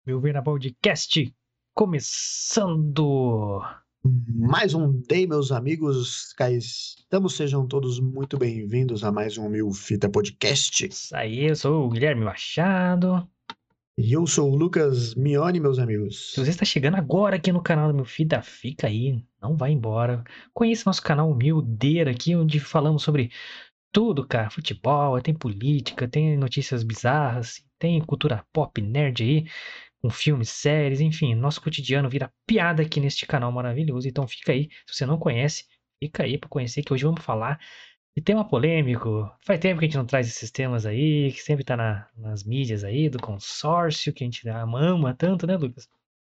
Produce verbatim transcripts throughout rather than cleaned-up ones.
Meu Ver na Podcast começando! Mais um day, meus amigos. Cá estamos, sejam todos muito bem-vindos a mais um Mil Fita Podcast. Isso aí, eu sou o Guilherme Machado. E eu sou o Lucas Mione, meus amigos. Se você está chegando agora aqui no canal do Meu Fita, fica aí, não vai embora. Conheça nosso canal Humildeira aqui, onde falamos sobre tudo, cara. Futebol, tem política, tem notícias bizarras, tem cultura pop, nerd aí, com filmes, séries, enfim. Nosso cotidiano vira piada aqui neste canal maravilhoso. Então fica aí, se você não conhece, fica aí para conhecer que hoje vamos falar de tema polêmico. Faz tempo que a gente não traz esses temas aí, que sempre tá na, nas mídias aí, do consórcio, que a gente ama tanto, né, Lucas?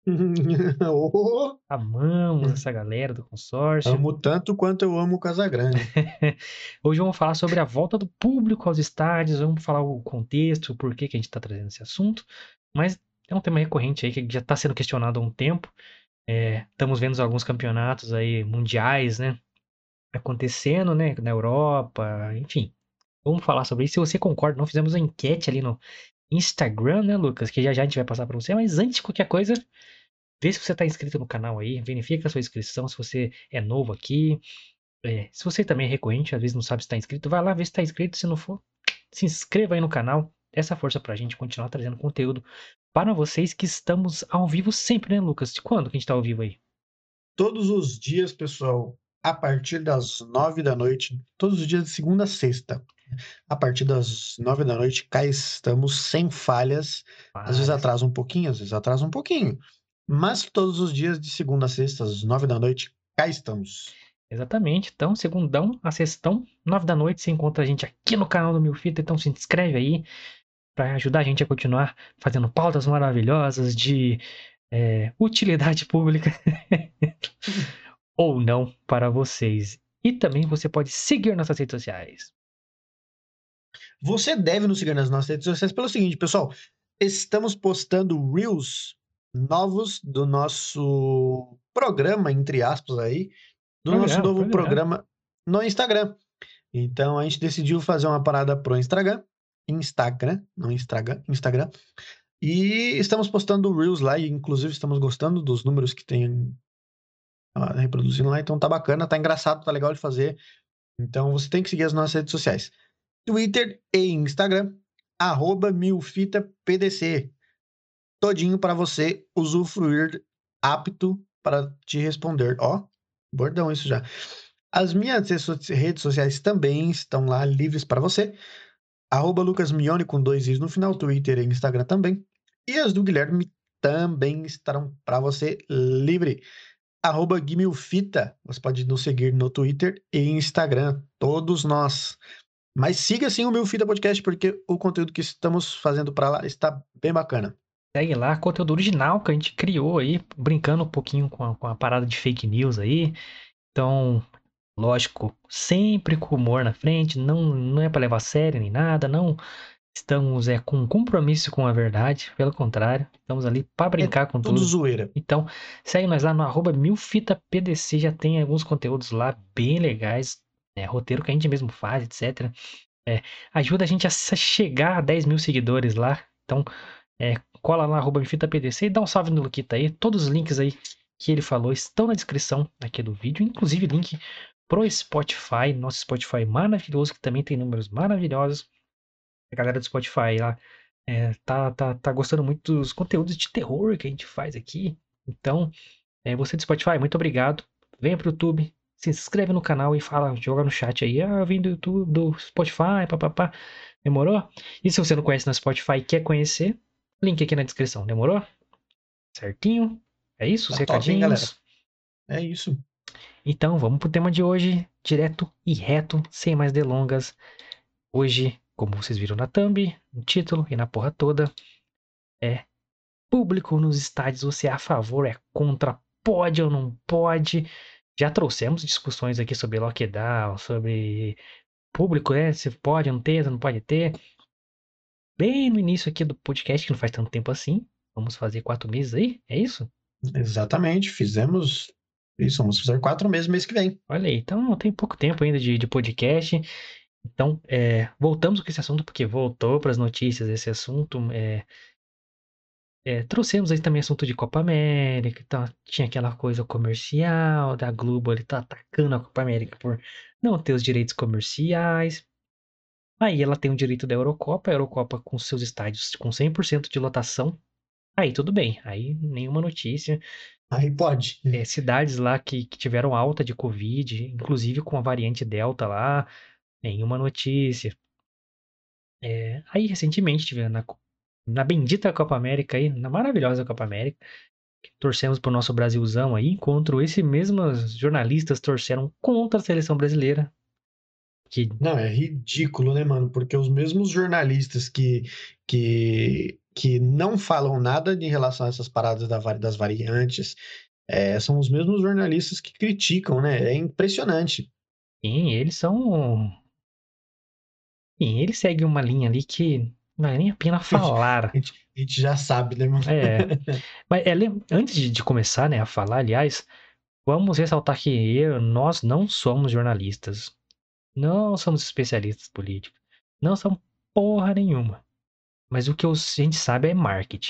Oh, Amamos essa galera do consórcio. amo tanto quanto eu amo o Casagrande. Hoje vamos falar sobre a volta do público aos estádios, vamos falar o contexto, o porquê que a gente está trazendo esse assunto, mas é um tema recorrente aí que já está sendo questionado há um tempo. É, estamos vendo alguns campeonatos aí mundiais, né, acontecendo, né, na Europa, enfim. Vamos falar sobre isso. Se você concorda, não fizemos uma enquete ali no Instagram, né, Lucas, que já já a gente vai passar para você, mas antes de qualquer coisa, vê se você está inscrito no canal aí, verifica a sua inscrição, se você é novo aqui. É, se você também é recorrente, às vezes não sabe se está inscrito, vai lá ver se está inscrito. Se não for, se inscreva aí no canal. Essa força pra gente continuar trazendo conteúdo para vocês que estamos ao vivo sempre, né, Lucas? De quando que a gente tá ao vivo aí? Todos os dias, pessoal, a partir das nove da noite, todos os dias de segunda a sexta, a partir das nove da noite, cá estamos sem falhas. Às vezes Mas, atrasa um pouquinho, às vezes atrasa um pouquinho. Mas todos os dias de segunda a sexta, às nove da noite, cá estamos. exatamente. Então, segundão, a sextão, nove da noite, você encontra a gente aqui no canal do Mil Fita. Então, se inscreve aí para ajudar a gente a continuar fazendo pautas maravilhosas de é, utilidade pública ou não para vocês. E também você pode seguir nossas redes sociais. Você deve nos seguir nas nossas redes sociais pelo seguinte, pessoal. Estamos postando Reels novos do nosso programa, entre aspas, aí, do nosso Programa, novo programa. programa no Instagram. Então a gente decidiu fazer uma parada pro Instagram. Instagram, não Instagram, Instagram. E estamos postando Reels lá, e inclusive estamos gostando dos números que tem ah, reproduzindo lá, então tá bacana, tá engraçado, tá legal de fazer. Então você tem que seguir as nossas redes sociais. Twitter e Instagram, arroba milfitapdc. Todinho para você usufruir apto para te responder. Ó, bordão isso já. As minhas redes sociais também estão lá livres para você. Arroba Lucas Mione com dois i's no final, Twitter e Instagram também. E as do Guilherme também estarão para você livre. Arroba Guimilfita. Você pode nos seguir no Twitter e Instagram. Todos nós. Mas siga sim o Meu Fita Podcast, porque o conteúdo que estamos fazendo para lá está bem bacana. Segue lá, conteúdo original que a gente criou aí, brincando um pouquinho com a, com a parada de fake news aí. Então, lógico, sempre com humor na frente, não, não é para levar a sério nem nada, não estamos é, com compromisso com a verdade, pelo contrário, estamos ali para É brincar com tudo tudo. zoeira. Então, segue nós lá no arroba milfitapdc, já tem alguns conteúdos lá bem legais, né, roteiro que a gente mesmo faz, etcétera. É, ajuda a gente a chegar a dez mil seguidores lá, então é, cola lá, arroba milfitapdc e dá um salve no Luquita aí. Todos os links aí que ele falou estão na descrição aqui do vídeo, inclusive link pro Spotify, nosso Spotify maravilhoso, que também tem números maravilhosos. A galera do Spotify lá é, tá, tá, tá gostando muito dos conteúdos de terror que a gente faz aqui. Então, é, você do Spotify, muito obrigado. Venha pro YouTube, se inscreve no canal e fala, joga no chat aí. Ah, eu vim do YouTube, do Spotify, papapá. Demorou? E se você não conhece no Spotify e quer conhecer, link aqui na descrição. Demorou? Certinho? É isso, os Tá top, hein, galera? recadinhos? É isso. Então, vamos pro tema de hoje, direto e reto, sem mais delongas. Hoje, como vocês viram na thumb, no título e na porra toda, é público nos estádios. Você é a favor, é contra, pode ou não pode? Já trouxemos discussões aqui sobre lockdown, sobre público, né? Se pode, não ter, se não pode ter. Bem no início aqui do podcast, que não faz tanto tempo assim. Vamos fazer quatro meses aí, é isso? Exatamente. Fizemos isso. Vamos fazer quatro meses mês que vem. Olha aí, então tem pouco tempo ainda de, de podcast. Então, é, voltamos com esse assunto, porque voltou para as notícias esse assunto. É, É, trouxemos aí também assunto de Copa América, então tinha aquela coisa comercial da Globo, ele tá atacando a Copa América por não ter os direitos comerciais. Aí ela tem o direito da Eurocopa, a Eurocopa com seus estádios com cem por cento de lotação. Aí tudo bem, aí nenhuma notícia. Aí pode. É, cidades lá que, que tiveram alta de Covid, inclusive com a variante Delta lá, nenhuma notícia. É, aí recentemente tivemos na, co- na bendita Copa América aí, na maravilhosa Copa América, que torcemos pro nosso Brasilzão aí, enquanto esses mesmos jornalistas torceram contra a seleção brasileira, que Não, é ridículo, né, mano? Porque os mesmos jornalistas que, que, que não falam nada em relação a essas paradas da vari- das variantes, é, são os mesmos jornalistas que criticam, né? É impressionante. sim, eles são. Sim, eles seguem uma linha ali que não vale nem a pena A falar. gente, a gente já sabe, né, mano? É. Mas é, lem- antes de, de começar, né, a falar, aliás, vamos ressaltar que eu, nós não somos jornalistas. Não somos especialistas políticos. Não somos porra nenhuma. Mas o que a gente sabe é marketing.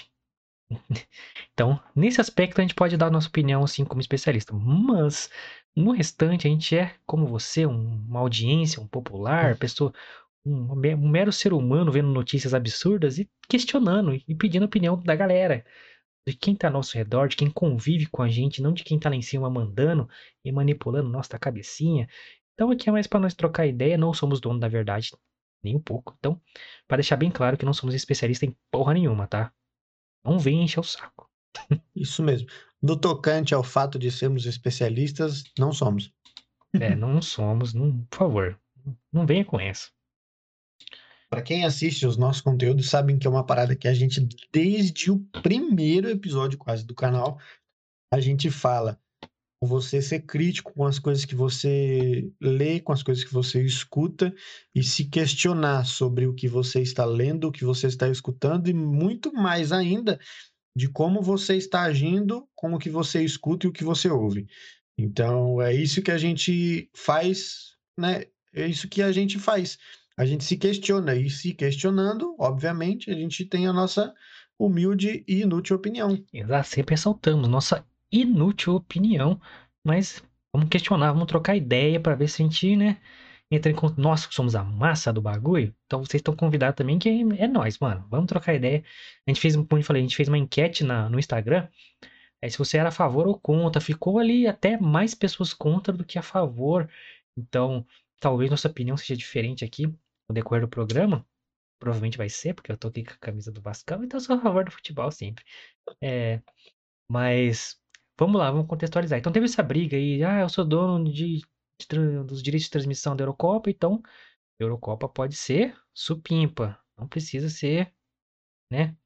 Então, nesse aspecto, a gente pode dar a nossa opinião, assim, como especialista. Mas, no restante, a gente é, como você, um- uma audiência, um popular, pessoa, um, um mero ser humano vendo notícias absurdas e questionando e pedindo a opinião da galera. De quem tá ao nosso redor, de quem convive com a gente, não de quem tá lá em cima mandando e manipulando nossa cabecinha. Então, aqui é mais para nós trocar ideia, não somos donos da verdade, nem um pouco. Então, para deixar bem claro que não somos especialistas em porra nenhuma, tá? Não vem encher o saco. Isso mesmo. No tocante ao fato de sermos especialistas, não somos. É, não somos, não, por favor, não venha com essa. Para quem assiste os nossos conteúdos, sabem que é uma parada que a gente, desde o primeiro episódio quase do canal, a gente fala. Você ser crítico com as coisas que você lê, com as coisas que você escuta e se questionar sobre o que você está lendo, o que você está escutando e muito mais ainda de como você está agindo com o que você escuta e o que você ouve. Então, é isso que a gente faz, né? É isso que a gente faz. A gente se questiona e se questionando, obviamente, a gente tem a nossa humilde e inútil opinião. Exato, sempre ressaltamos nossa inútil opinião, mas vamos questionar, vamos trocar ideia para ver se a gente, né, entra em conta. Nós que somos a massa do bagulho, então vocês estão convidados também, que é nós, mano. Vamos trocar ideia. A gente fez, como eu falei, a gente fez uma enquete na, no Instagram. Aí se você era a favor ou contra, ficou ali até mais pessoas contra do que a favor. Então, talvez nossa opinião seja diferente aqui no decorrer do programa. Provavelmente vai ser, porque eu tô aqui com a camisa do Vascão, então eu sou a favor do futebol sempre. É, mas vamos lá, vamos contextualizar. Então teve essa briga aí, ah, eu sou dono de, de tra- dos direitos de transmissão da Eurocopa, então Eurocopa pode ser supimpa, não precisa ser, né?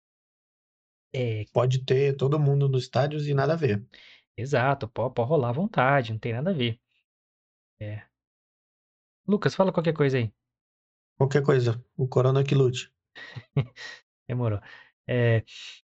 É, Pode ter todo mundo nos estádios e nada a ver. exato, pode, pode rolar à vontade, não tem nada a ver. É. Lucas, fala qualquer coisa aí. Qualquer coisa, o corona que lute. Demorou. É,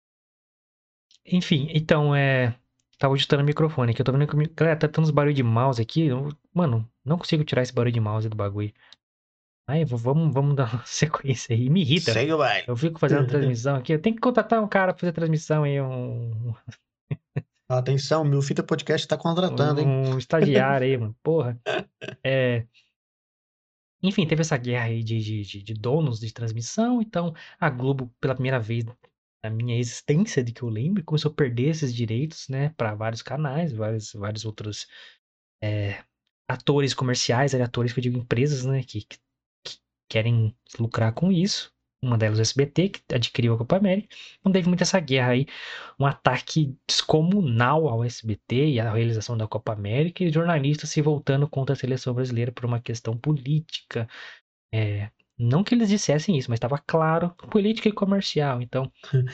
enfim, então, é. Tava ajustando o microfone aqui. Eu tô vendo que. o mi- Galera, tá tendo uns barulho de mouse aqui. eu- Mano, não consigo tirar esse barulho de mouse do bagulho. Aí, v- vamos, vamos dar uma sequência aí. Me irrita. Segue o baile. Eu fico fazendo transmissão aqui. Eu tenho que contratar um cara pra fazer transmissão aí, um, Atenção, meu Fita Podcast está contratando, hein? um estagiário aí, mano. Porra. É, enfim, teve essa guerra aí de, de, de, de donos de transmissão. Então, a Globo, pela primeira vez na minha existência, de que eu lembro, começou a perder esses direitos, né, para vários canais, vários, vários outros é, atores comerciais, ali, atores que eu digo empresas, né, que, que, que querem lucrar com isso. Uma delas o S B T, que adquiriu a Copa América. Então teve muito essa guerra aí, um ataque descomunal ao S B T e à realização da Copa América, e jornalistas se voltando contra a seleção brasileira por uma questão política. É, não que eles dissessem isso, mas estava claro, política e comercial. Então,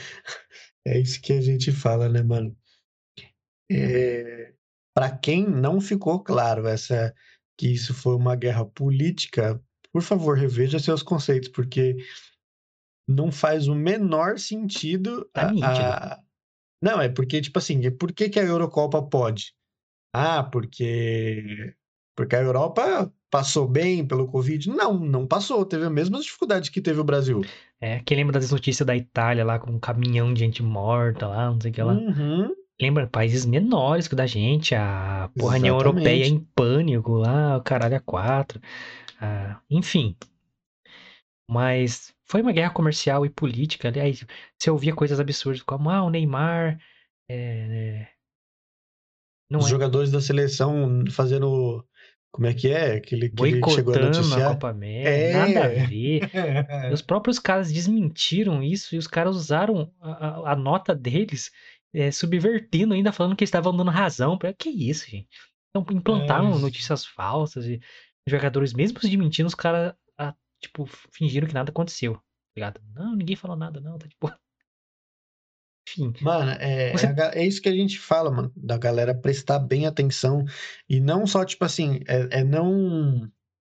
É isso que a gente fala, né, mano? É... Para quem não ficou claro essa que isso foi uma guerra política, por favor, reveja seus conceitos, porque não faz o menor sentido tá nítido. a, a... Não, é porque, tipo assim, por que que a Eurocopa pode? Ah, porque Porque a Europa passou bem pelo Covid? Não, não passou. Teve as mesmas dificuldades que teve o Brasil. É, quem lembra das notícias da Itália lá com um caminhão de gente morta lá, não sei o que lá. Uhum, Lembra, países menores que o da gente, a porra, União Europeia exatamente. em pânico lá, o caralho a quatro. Ah, enfim, mas foi uma guerra comercial e política. Aliás, você ouvia coisas absurdas como, ah, o Neymar é, não Os é jogadores da seleção fazendo. Como é que é? Aquele, aquele que chegou a boicotando a noticiar? Copa América, nada a É! ver. Os próprios caras desmentiram isso e os caras usaram a, a- a nota deles, é, subvertendo, ainda falando que eles estavam dando razão. Pra... Que isso, gente? Então, Ai, implantaram notícias falsas e os jogadores, mesmo se desmentindo, os caras, ah, tipo, fingiram que nada aconteceu. Tá ligado? Não, ninguém falou nada, não. Tá tipo. Enfim, mano, é, é, a você. ga- é isso que a gente fala, mano, da galera prestar bem atenção e não só, tipo assim, é, é não.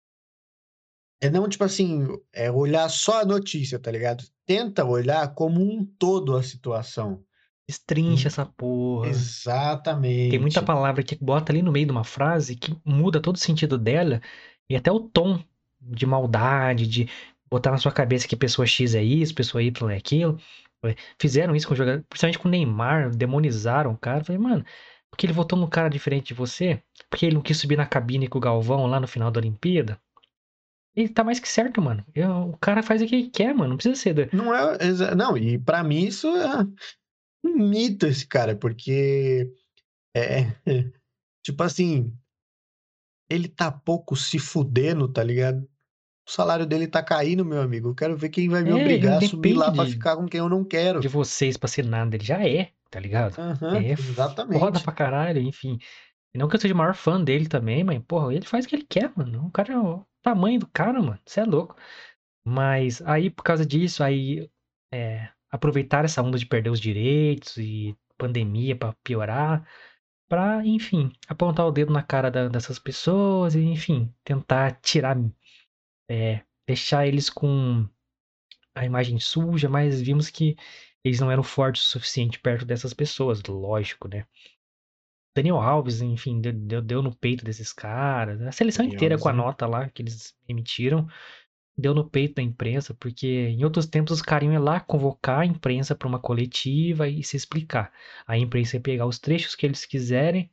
É não, tipo assim, é olhar só a notícia, tá ligado? Tenta olhar como um todo a situação. Destrincha Hum, essa porra. Tem muita Exatamente. palavra que bota ali no meio de uma frase que muda todo o sentido dela e até o tom de maldade, de botar na sua cabeça que pessoa X é isso, pessoa Y é aquilo. É, fizeram isso com o jogador, principalmente com o Neymar, demonizaram o cara. Falei, mano, porque ele votou num cara diferente de você? Porque ele não quis subir na cabine com o Galvão lá no final da Olimpíada? Ele tá mais que certo, mano. Eu- o cara faz o que ele quer, mano. Não precisa ser. Da... Não é, exa- não, e pra mim isso é um mito esse cara, porque é, tipo assim, ele tá pouco se fudendo, tá ligado? O salário dele tá caindo, meu amigo. Eu quero ver quem vai me É, ele obrigar não a subir depende lá pra de, ficar com quem eu não de quero. vocês pra ser nada. Ele já é, tá ligado? Aham, É foda exatamente. pra caralho, enfim. E não que eu seja o maior fã dele também, mas, porra, ele faz o que ele quer, mano. O cara é o tamanho do cara, mano. Você é louco. Mas aí, por causa disso, aí é, aproveitar essa onda de perder os direitos e pandemia pra piorar, pra, enfim, apontar o dedo na cara da- dessas pessoas e, enfim, tentar tirar, é, deixar eles com a imagem suja, mas vimos que eles não eram fortes o suficiente perto dessas pessoas, lógico, né? Daniel Alves, enfim, deu, deu, deu no peito desses caras. A seleção Dani inteira Alves, com a né? nota lá que eles emitiram, deu no peito da imprensa, porque em outros tempos os caras iam ir lá convocar a imprensa para uma coletiva e se explicar. A imprensa ia pegar os trechos que eles quiserem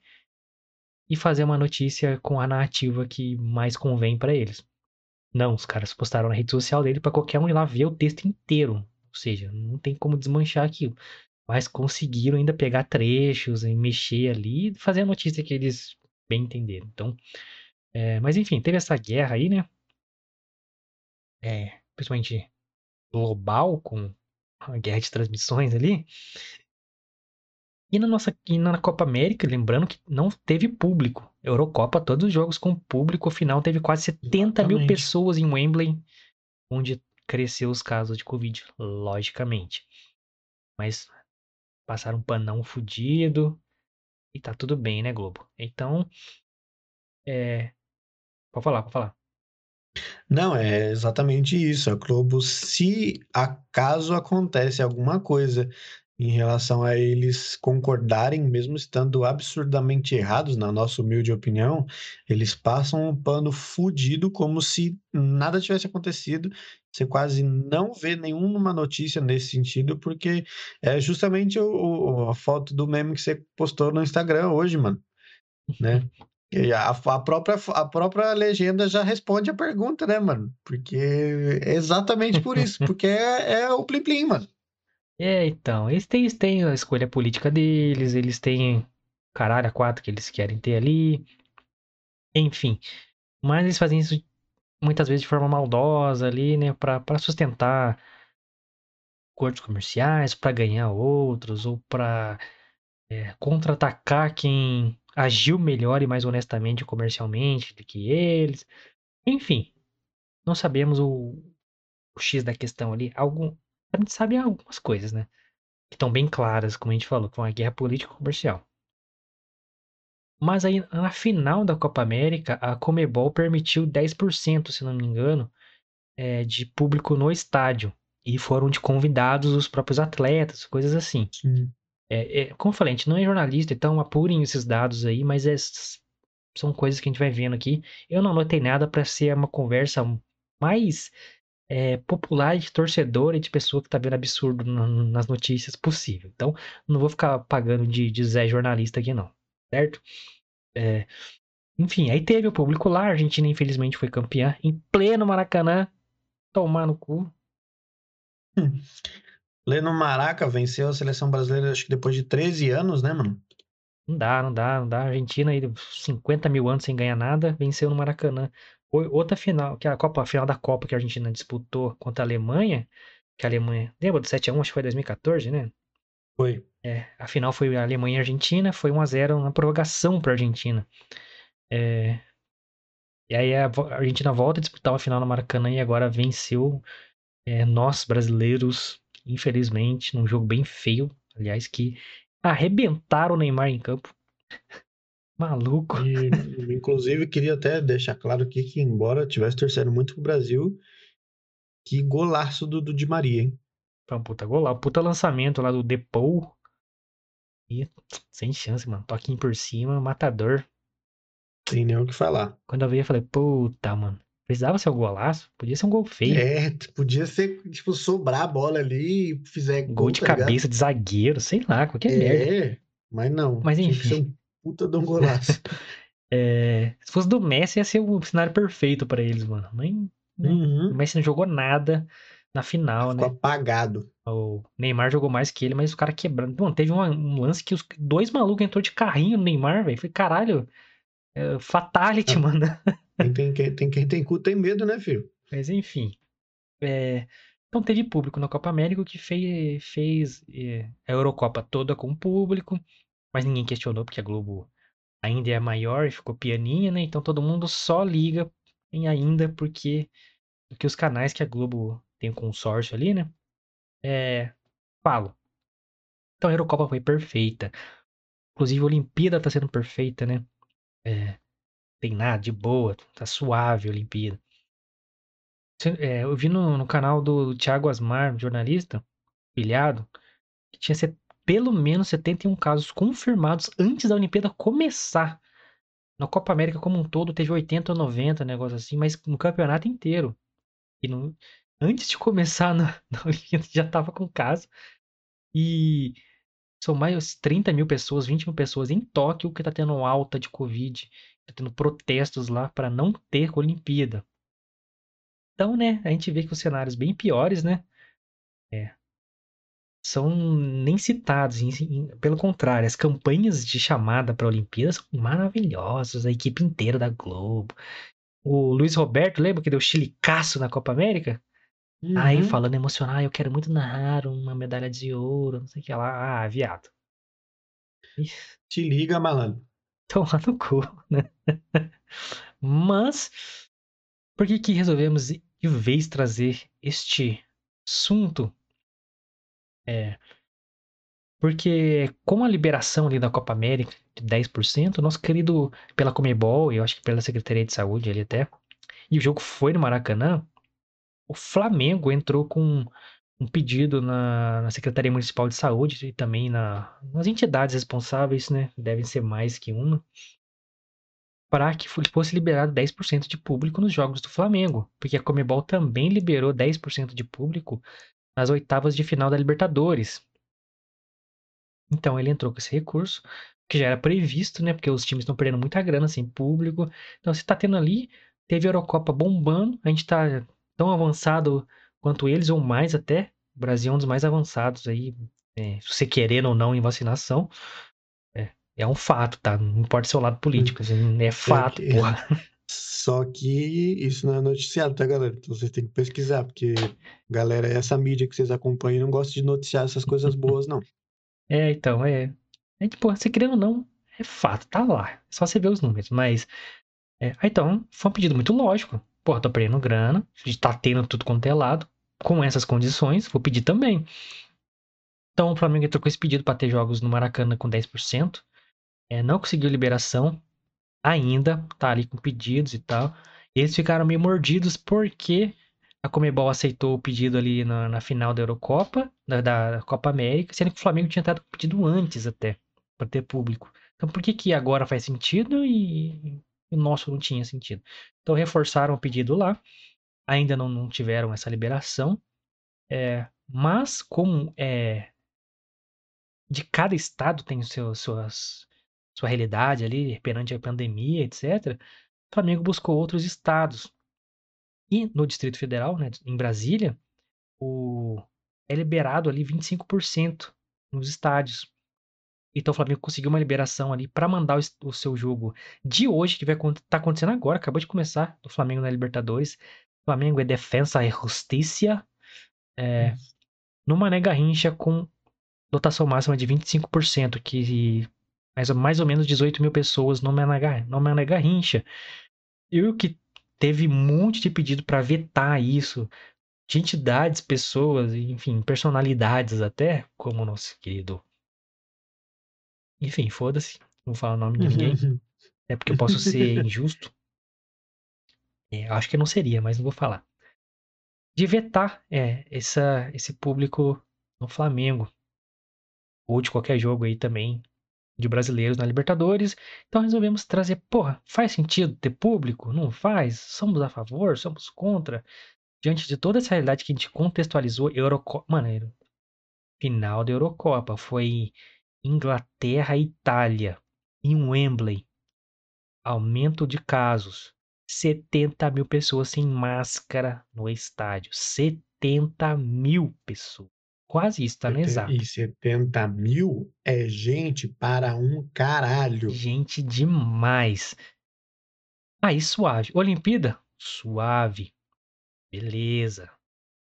e fazer uma notícia com a narrativa que mais convém para eles. Não, os caras postaram na rede social dele para qualquer um ir lá ver o texto inteiro. Ou seja, não tem como desmanchar aquilo. Mas conseguiram ainda pegar trechos e mexer ali e fazer a notícia que eles bem entenderam. Então, é, mas enfim, teve essa guerra aí, né? É, principalmente global, com a guerra de transmissões ali. E na nossa, e na Copa América, lembrando que não teve público. Eurocopa, todos os jogos com público, final teve quase setenta mil Exatamente. pessoas em Wembley, onde cresceu os casos de Covid, logicamente. Mas passaram um panão fudido e tá tudo bem, né, Globo? Então, é. Pode falar, pode falar. Não, é exatamente isso. A Globo, se acaso acontece alguma coisa em relação a eles concordarem, mesmo estando absurdamente errados, na nossa humilde opinião, eles passam um pano fudido como se nada tivesse acontecido. Você quase não vê nenhuma notícia nesse sentido, porque é justamente o, o- a foto do meme que você postou no Instagram hoje, mano, né? E a, a própria, a própria legenda já responde a pergunta, né, mano? Porque é exatamente por isso, porque é, é o Plim Plim, mano. É, então, eles têm, eles têm a escolha política deles, eles têm caralho a quatro que eles querem ter ali, enfim. Mas eles fazem isso muitas vezes de forma maldosa ali, né, pra, pra sustentar acordos comerciais, pra ganhar outros, ou pra é, contra-atacar quem agiu melhor e mais honestamente comercialmente do que eles. Enfim, não sabemos o, o X da questão ali. Algum, a gente sabe algumas coisas, né? Que estão bem claras, como a gente falou, que foi uma guerra político-comercial. Mas aí, na final da Copa América, a Comebol permitiu dez por cento, se não me engano, é, de público no estádio. E foram de convidados os próprios atletas, coisas assim. Sim. É, é, como eu falei, a gente não é jornalista, então apurem esses dados aí, mas é, são coisas que a gente vai vendo aqui. Eu não anotei nada para ser uma conversa mais é, popular de torcedor e de pessoa que tá vendo absurdo no, nas notícias possível. Então, não vou ficar pagando de, de Zé jornalista aqui, não. Certo? É, enfim, aí teve o público lá. A Argentina, infelizmente, foi campeã em pleno Maracanã. Tomar no cu. Leno Maraca venceu a seleção brasileira, acho que depois de treze anos, né, mano? Não dá, não dá, não dá. A Argentina aí, cinquenta mil anos sem ganhar nada, venceu no Maracanã. Outra final, que é a Copa, a final da Copa que a Argentina disputou contra a Alemanha, que a Alemanha, lembra do sete a um, acho que foi dois mil e quatorze, né? Foi. É, a final foi a Alemanha e a Argentina, foi um a zero na prorrogação para a Argentina. É, e aí a, a Argentina volta a disputar uma final no Maracanã e agora venceu é, nós brasileiros, infelizmente, num jogo bem feio, aliás, que arrebentaram o Neymar em campo. Maluco. E, inclusive, queria até deixar claro aqui que, embora eu tivesse torcendo muito pro Brasil, que golaço do, do Di Maria, hein? Foi um puta gol lá, um puta lançamento lá do Depou. E sem chance, mano. Toquinho por cima, matador. Tem nem o que falar. Quando eu vi, eu falei, puta, mano. Precisava ser um golaço? Podia ser um gol feio. É, podia ser, tipo, sobrar a bola ali e fizer Gol gol, de tá ligado? cabeça de zagueiro, sei lá, qualquer merda. É, mas não, Mas tinha que enfim. ser um puta de um golaço. É, se fosse do Messi, ia ser o cenário perfeito pra eles, mano. Mas não, o Uhum, Messi não jogou nada na final, ficou né? apagado. O Neymar jogou mais que ele, mas o cara quebrando. Mano, teve uma- um lance que os dois malucos entrou de carrinho no Neymar, velho. Foi caralho, é, fatality, Ah, mano. quem tem, quem tem, quem tem cu tem medo, né, filho? Mas enfim. É, então teve público na Copa América, o que fez, fez é, a Eurocopa toda com público, mas ninguém questionou porque a Globo ainda é maior e ficou pianinha, né? Então todo mundo só liga em ainda porque, porque os canais que a Globo tem um consórcio ali, né? É, falam. Então a Eurocopa foi perfeita. Inclusive a Olimpíada tá sendo perfeita, né? É, tem nada, de boa, tá suave a Olimpíada. É, eu vi no, no canal do, do Thiago Asmar, jornalista, pilhado, que tinha set- pelo menos setenta e um casos confirmados antes da Olimpíada começar. Na Copa América como um todo teve oitenta ou noventa, negócio assim, mas no campeonato inteiro. E no- antes de começar na, na Olimpíada já tava com caso. E são mais trinta mil pessoas, vinte mil pessoas em Tóquio que tá tendo alta de Covid. Tá tendo protestos lá para não ter Olimpíada. Então, né, a gente vê que os cenários bem piores, né? É, são nem citados. em- em- pelo contrário, as campanhas de chamada para a Olimpíada são maravilhosas. A equipe inteira da Globo. O Luiz Roberto, lembra que deu chilicaço na Copa América? Aí Uhum, falando emocionado, ah, eu quero muito narrar uma medalha de ouro, não sei o que lá. Ah, viado. Ih, te liga, malandro. tomar no cu, né? Mas, por que que resolvemos de vez trazer este assunto? É, porque com a liberação ali da Copa América de dez por cento, nosso querido pela Comebol, e eu acho que pela Secretaria de Saúde ali até, e o jogo foi no Maracanã, o Flamengo entrou com um pedido na, na Secretaria Municipal de Saúde e também na, nas entidades responsáveis, né? Devem ser mais que uma, para que fosse liberado dez por cento de público nos jogos do Flamengo, porque a Comebol também liberou dez por cento de público nas oitavas de final da Libertadores. Então ele entrou com esse recurso, que já era previsto, né? Porque os times estão perdendo muita grana sem público. Então você está tendo ali, teve a Eurocopa bombando, a gente está tão avançado quanto eles, ou mais até. O Brasil é um dos mais avançados aí, é, se você querendo ou não em vacinação. É, é um fato, tá? Não importa o seu lado político, assim, é É fato, que... porra. Só que isso não é noticiado, tá, galera? Então vocês têm que pesquisar, porque, galera, essa mídia que vocês acompanham não gosta de noticiar essas coisas boas, não. É, então, é. É tipo, você querendo ou não, é fato, tá lá. É só você ver os números. Mas É, ah, então, foi um pedido muito lógico. Pô, tô perdendo grana, a gente tá tendo tudo quanto é lado. Com essas condições, vou pedir também. Então, o Flamengo entrou com esse pedido para ter jogos no Maracanã com dez por cento. É, não conseguiu liberação ainda, tá ali com pedidos e tal. E eles ficaram meio mordidos porque a Comebol aceitou o pedido ali na, na final da Eurocopa, da, da Copa América, sendo que o Flamengo tinha entrado com pedido antes até, para ter público. Então, por que que agora faz sentido e e o nosso não tinha sentido. Então reforçaram o pedido lá, ainda não, não tiveram essa liberação, é, mas como é, de cada estado tem o seu, suas, sua realidade ali perante a pandemia, etcétera, o Flamengo buscou outros estados. E no Distrito Federal, né, em Brasília, o, é liberado ali vinte e cinco por cento nos estádios. Então o Flamengo conseguiu uma liberação ali para mandar o, es- o seu jogo de hoje, que vai estar tá acontecendo agora, acabou de começar, do Flamengo na Libertadores. O Flamengo é Defensa e Justiça, no Mané Garrincha com lotação máxima de vinte e cinco por cento, que mais, ou- mais ou menos dezoito mil pessoas no Mané, Gar- no Mané Garrincha. E o que teve um monte de pedido para vetar isso, de entidades, pessoas, enfim, personalidades até, como o nosso querido. Enfim, foda-se, não vou falar o nome de ninguém, é porque eu posso ser injusto. É, eu acho que não seria, mas não vou falar. De vetar é, essa, esse público no Flamengo, ou de qualquer jogo aí também, de brasileiros na Libertadores. Então resolvemos trazer, porra, faz sentido ter público? Não faz? Somos a favor? Somos contra? Diante de toda essa realidade que a gente contextualizou, Eurocopa. Mano, final da Eurocopa foi Inglaterra e Itália, em Wembley. Aumento de casos. setenta mil pessoas sem máscara no estádio. setenta mil pessoas. Quase isso, tá no Seten- E exato. setenta mil é gente para um caralho. Gente demais. Aí, suave. Olimpíada? Suave. Beleza.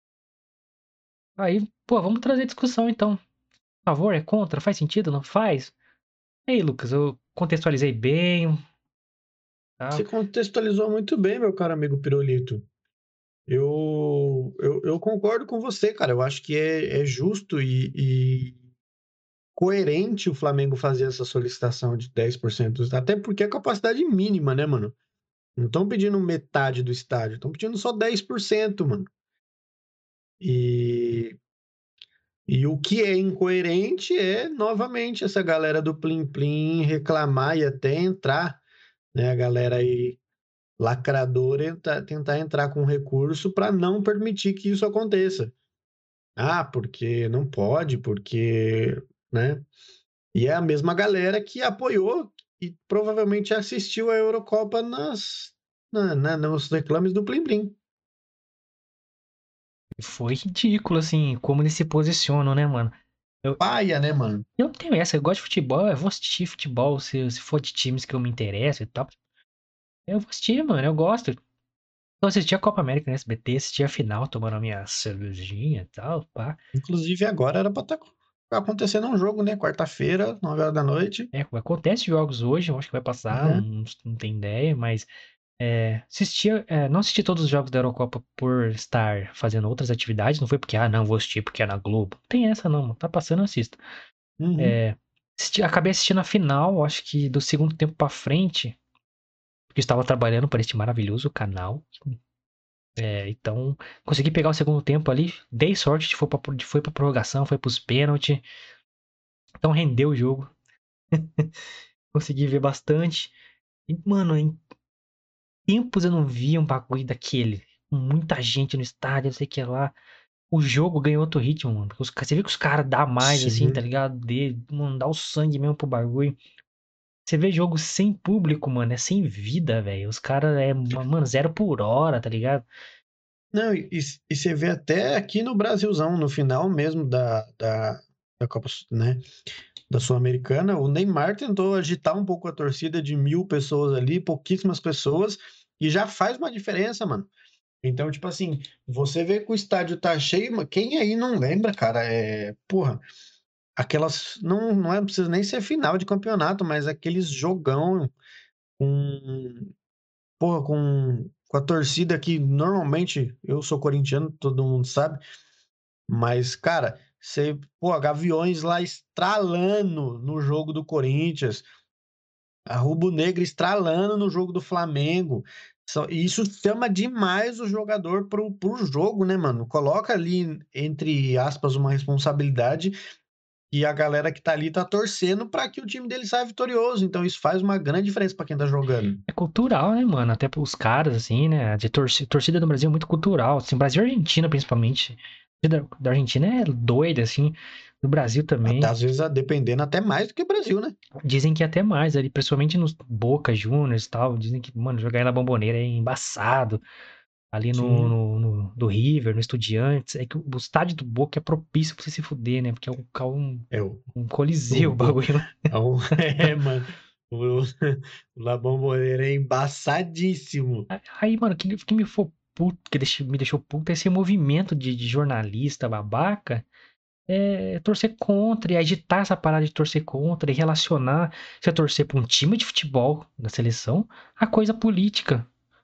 Aí, pô, vamos trazer discussão então. A favor, é contra? Faz sentido? Não faz? Aí, Lucas, eu contextualizei bem, Você tá? contextualizou muito bem, meu caro amigo Pirulito. Eu, eu, eu concordo com você, cara. Eu acho que é, é justo e, e coerente o Flamengo fazer essa solicitação de dez por cento, até porque é a capacidade mínima, né, mano? Não estão pedindo metade do estádio, estão pedindo só dez por cento, mano. E, e o que é incoerente é, novamente, essa galera do Plim Plim reclamar e até entrar, né, a galera aí lacradora entra- tentar entrar com recurso para não permitir que isso aconteça. Ah, porque não pode, porque, né? E é a mesma galera que apoiou e provavelmente assistiu a Eurocopa nas, na, na- nos reclames do Plim Plim. Foi ridículo, assim, como eles se posicionam, né, mano? Eu, Paia, né, mano? eu não tenho essa, eu gosto de futebol, eu vou assistir futebol se, se for de times que eu me interesso e tal. Eu vou assistir, mano, eu gosto. Eu assistia a Copa América no S B T, assistia a final, tomando a minha cervejinha e tal, pá. Inclusive agora era pra estar acontecendo um jogo, né? Quarta-feira, nove horas da noite. É, acontece jogos hoje, eu acho que vai passar, Né? não, não tenho ideia, mas é, assistia, é, não assisti todos os jogos da Eurocopa por estar fazendo outras atividades, não foi porque, ah, não, vou assistir porque é na Globo. Não tem essa não, mano, tá passando, eu assisto. Uhum. É, assisti- acabei assistindo a final, acho que do segundo tempo pra frente, porque eu estava trabalhando para este maravilhoso canal. É, então, consegui pegar o segundo tempo ali, dei sorte de foi pra, de foi pra prorrogação, foi pros pênaltis, então rendeu o jogo, consegui ver bastante. E, mano, em tempos eu não via um bagulho daquele, com muita gente no estádio, não sei o que lá. O jogo ganhou outro ritmo, mano. Porque os, ca- você vê que os caras dão mais, assim, tá Sim. ligado? De, mano, dá o sangue mesmo pro bagulho. Você vê jogo sem público, mano, é sem vida, velho. Os caras é, mano, zero por hora, tá ligado? Não, e, e você vê até aqui no Brasilzão, no final mesmo da, da, da Copa, né? Da Sul-Americana, o Neymar tentou agitar um pouco a torcida de mil pessoas ali, pouquíssimas pessoas, e já faz uma diferença, mano. Então, tipo assim, você vê que o estádio tá cheio, mas quem aí não lembra, cara, é, porra, aquelas, não, não é, não precisa nem ser final de campeonato, mas aqueles jogão com, porra, com, com a torcida que normalmente, eu sou corintiano, todo mundo sabe, mas, cara, você, pô, Gaviões lá estralando no jogo do Corinthians, a rubro-negra estralando no jogo do Flamengo. Só- e isso chama demais o jogador pro, pro jogo, né, mano? Coloca ali, entre aspas, uma responsabilidade E a galera que tá ali tá torcendo pra que o time dele saia vitorioso, então isso faz uma grande diferença pra quem tá jogando. É cultural, né, mano? Até pros caras, assim, né? De torci torcida do Brasil é muito cultural. Assim, Brasil e Argentina, principalmente. A torcida da Argentina é doida, assim. Do Brasil Até também. às vezes, a dependendo até mais do que o Brasil, né. Dizem que até mais ali, principalmente nos Boca Juniors e tal. Dizem que, mano, jogar aí na Bombonera é embaçado. Ali no, Sim, no, no- do River, no Estudiantes. É que o, o estádio do Boca é propício pra você se fuder, né? Porque é um, é um, é o um o coliseu o bo bagulho. é um é, mano, o o La Bombonera é embaçadíssimo. A- Aí, mano, o que, que me for puto, que deixa- me deixou puto é esse movimento de, de jornalista babaca é torcer contra e agitar essa parada de torcer contra e relacionar você torcer pra um time de futebol da seleção a coisa política.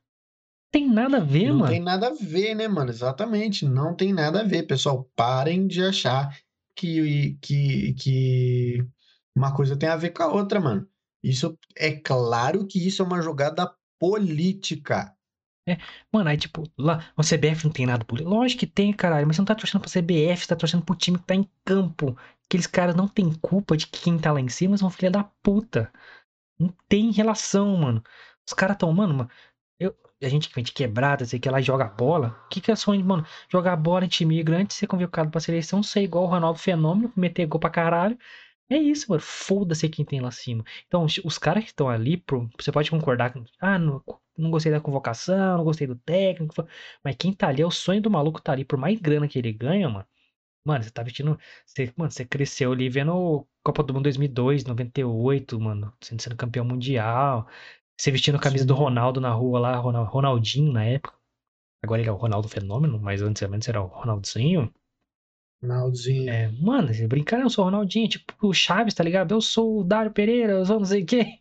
Tem nada a ver, Não tem mano. nada a ver, né, mano, exatamente, não tem nada a ver, pessoal, parem de achar que que que uma coisa tem a ver com a outra, mano. Isso é claro que isso é uma jogada política. É, mano, aí tipo, lá, o C B F não tem nada político. Lógico que tem, caralho, mas você não tá torcendo pra C B F, você tá torcendo pro time que tá em campo. Aqueles caras não têm culpa de que quem tá lá em cima são filha da puta. Não tem relação, mano. Os caras tão, mano, mano, eu, a gente que vem de quebrada, sei que lá e joga bola. O que que é sonho, mano? Jogar bola em time grande, ser convocado pra seleção, ser igual o Ronaldo Fenômeno, meter gol pra caralho. É isso, mano. Foda-se quem tem lá acima. Então, os, os caras que estão ali, pro, você pode concordar com. Ah, não, não gostei da convocação, não gostei do técnico. Mas quem tá ali é o sonho do maluco tá ali. Por mais grana que ele ganha, mano. Mano, você tá vestindo. Você, mano, você cresceu ali vendo Copa do Mundo dois mil e dois, noventa e oito, mano. Sendo, sendo campeão mundial. Você vestindo a camisa do Sim, Ronaldo na rua lá, Ronal- Ronaldinho na época. Agora ele é o Ronaldo Fenômeno, mas antes, antes era o Ronaldinho. finalzinho. É, mano, você brincar, eu sou o Ronaldinho, tipo o Chaves, tá ligado? Eu sou o Dário Pereira, eu sou não sei o quê.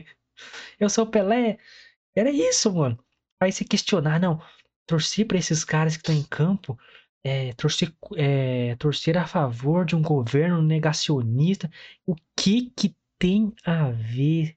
Eu sou o Pelé. Era isso, mano. Aí você questionar, não, torcer pra esses caras que estão em campo, é, torcer, é, torcer a favor de um governo negacionista. O que que tem a ver,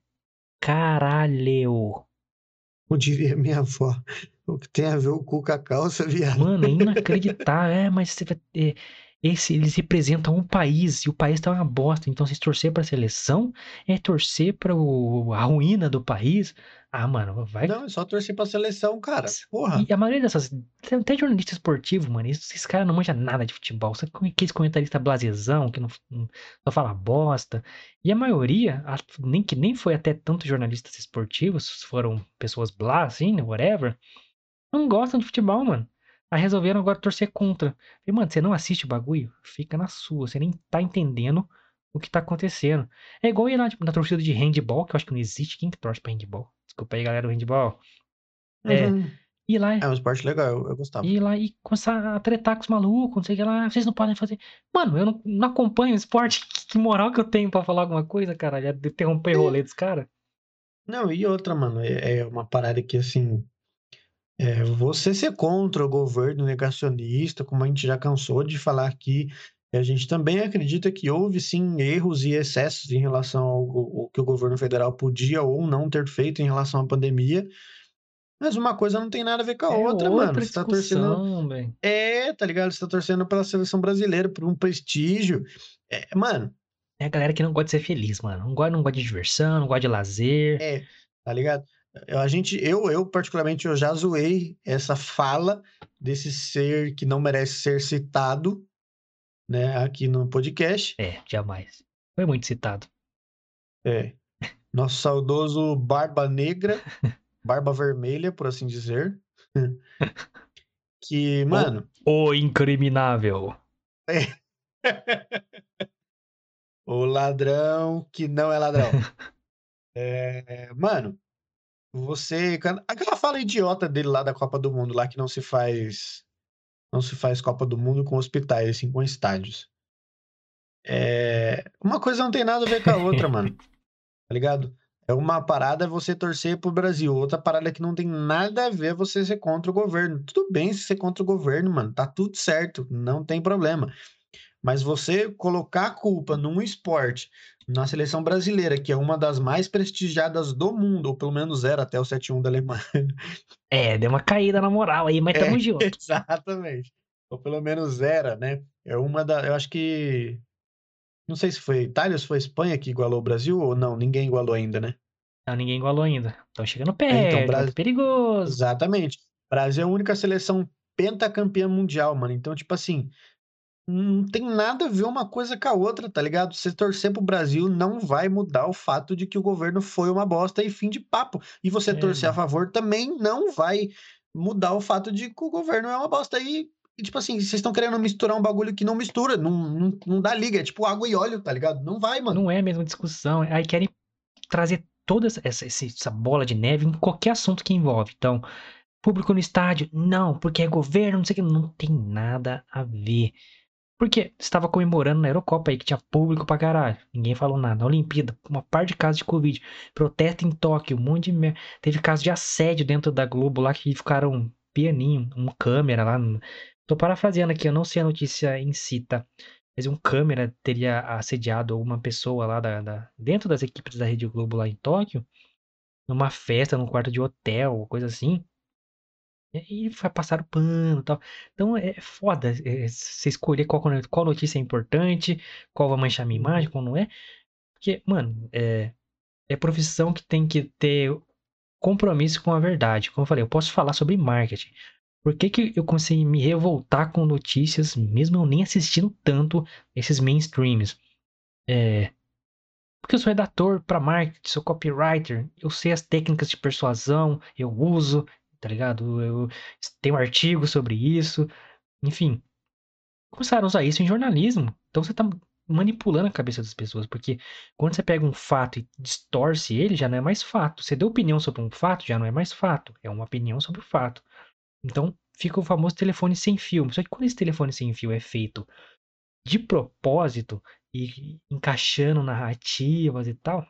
caralho? Como diria minha avó, o que tem a ver o cu com a calça, viado. Mano, é inacreditável. É, mas você vai- é, esse, eles representam um país e o país tá uma bosta. Então, se torcer pra seleção é torcer pra o- a ruína do país. Ah, mano, vai. Não, é só torcer pra seleção, cara, porra. E a maioria dessas. Tem até jornalista esportivo, mano. Esses, esses caras não manjam nada de futebol. Só que aqueles comentaristas blasezão que não, não- só fala bosta. E a maioria, a- nem que nem foi até tanto jornalistas esportivos, foram pessoas blá, assim, né, whatever. Não gostam de futebol, mano. Aí resolveram agora torcer contra. E, mano, você não assiste o bagulho? Fica na sua. Você nem tá entendendo o que tá acontecendo. É igual ir na, tipo, na torcida de handball, que eu acho que não existe. Quem que torce pra handball? Desculpa aí, galera do handball. É, Uhum. ir lá, É um esporte legal, eu eu gostava. ir lá e começar a tretar com os malucos, não sei o que lá. Vocês não podem fazer. Mano, eu não, não acompanho o esporte. Que moral que eu tenho pra falar alguma coisa, cara? Já interromper o É. rolê dos caras? Não, e outra, mano, é é uma parada que, assim, é você ser contra o governo negacionista, como a gente já cansou de falar aqui, e a gente também acredita que houve sim erros e excessos em relação ao ao que o governo federal podia ou não ter feito em relação à pandemia, mas uma coisa não tem nada a ver com a É outra, mano. outra Você tá torcendo discussão, velho. é, tá ligado? Você tá torcendo pela seleção brasileira, por um prestígio. É, mano, É a galera que não gosta de ser feliz, mano. Não gosta, não gosta de diversão, não gosta de lazer. é, tá ligado? Eu a gente eu eu particularmente, eu já zoei essa fala desse ser que não merece ser citado, né, aqui no podcast. É, jamais. Foi muito citado. É, nosso saudoso Barba Negra, Barba Vermelha, por assim dizer, que, O, mano, o incriminável. é o ladrão que não é ladrão. É, mano, você aquela fala idiota dele lá da Copa do Mundo lá que não se faz não se faz Copa do Mundo com hospitais, assim, com estádios. Eh, uma coisa não tem nada a ver com a outra, mano, tá ligado? É uma parada é você torcer para o Brasil, outra parada que não tem nada a ver é você ser contra o governo. Tudo bem se ser contra o governo, mano, tá tudo certo, não tem problema. Mas você colocar a culpa num esporte, na seleção brasileira, que é uma das mais prestigiadas do mundo, ou pelo menos era até o sete a um da Alemanha. É, deu uma caída na moral aí, mas tamo É, junto. exatamente. Ou pelo menos era, né? É uma da eu acho que Não sei se foi a Itália ou se foi a Espanha que igualou o Brasil ou não, ninguém igualou ainda, né? Não, ninguém igualou ainda. Estão chegando É, então, perto, vai estar Brasil. perigoso. Exatamente. Brasil é a única seleção pentacampeã mundial, mano. Então, tipo assim, não tem nada a ver uma coisa com a outra, tá ligado? Você torcer pro Brasil não vai mudar o fato de que o governo foi uma bosta e fim de papo. E você torcer a Exato. favor também não vai mudar o fato de que o governo é uma bosta. E, e tipo assim, vocês estão querendo misturar um bagulho que não mistura, não, não, não dá liga. É tipo água e óleo, tá ligado? Não vai, mano. Não é a mesma discussão. Aí querem trazer toda essa, essa, essa bola de neve em qualquer assunto que envolve. Então, público no estádio, não, porque é governo, não sei o que, não tem nada a ver. Porque estava comemorando na Eurocopa aí que tinha público pra caralho. Ninguém falou nada. Olimpíada, uma par de casos de Covid. Protesto em Tóquio, um monte de merda. Teve caso de assédio dentro da Globo lá que ficaram pianinho, um câmera lá. Tô parafraseando aqui, eu não sei a notícia em si, tá? Mas um câmera teria assediado uma pessoa lá da, da- dentro das equipes da Rede Globo lá em Tóquio, numa festa, num quarto de hotel, coisa assim. E vai passar o pano e tal. Então é foda é, você escolher qual, qual notícia é importante, qual vai manchar minha imagem, Uhum. qual não é. Porque, mano, é, é profissão que tem que ter compromisso com a verdade. Como eu falei, eu posso falar sobre marketing. Por que, que eu consegui me revoltar com notícias, mesmo eu nem assistindo tanto esses mainstreams? É, porque eu sou redator para marketing, sou copywriter, eu sei as técnicas de persuasão, eu uso, tá ligado? Eu tenho artigos sobre isso. Enfim, começaram a usar isso em jornalismo. Então você tá manipulando a cabeça das pessoas, porque quando você pega um fato e distorce ele, já não é mais fato. Você deu opinião sobre um fato, já não é mais fato. É uma opinião sobre o fato. Então fica o famoso telefone sem fio. Só que quando esse telefone sem fio é feito de propósito e encaixando narrativas e tal,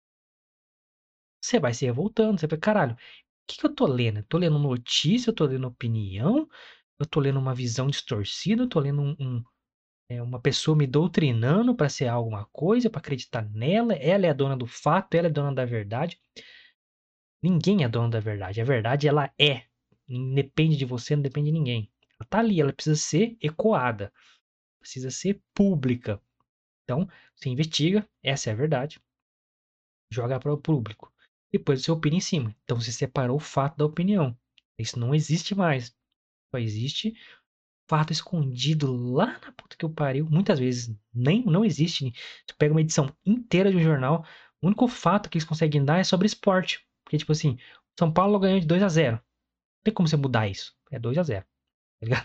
você vai se revoltando. Você vai, caralho, o que, que eu tô lendo? Eu tô lendo notícia, eu tô lendo opinião, eu tô lendo uma visão distorcida, eu tô lendo um, um é uma pessoa me doutrinando para ser alguma coisa, para acreditar nela. Ela é a dona do fato, ela é dona da verdade. Ninguém é dono da verdade. A verdade, ela é. Não depende de você, não depende de ninguém. Ela tá ali, ela precisa ser ecoada, precisa ser pública. Então, você investiga, essa é a verdade, joga para o público. Depois você opina em cima. Então, você separou o fato da opinião. Isso não existe mais. Só existe fato escondido lá na puta que eu pariu. Muitas vezes nem não existe. Tu pega uma edição inteira de um jornal, o único fato que eles conseguem dar é sobre esporte. Porque, tipo assim, São Paulo ganhou de dois a zero. Não tem como você mudar isso. É dois a zero, tá ligado?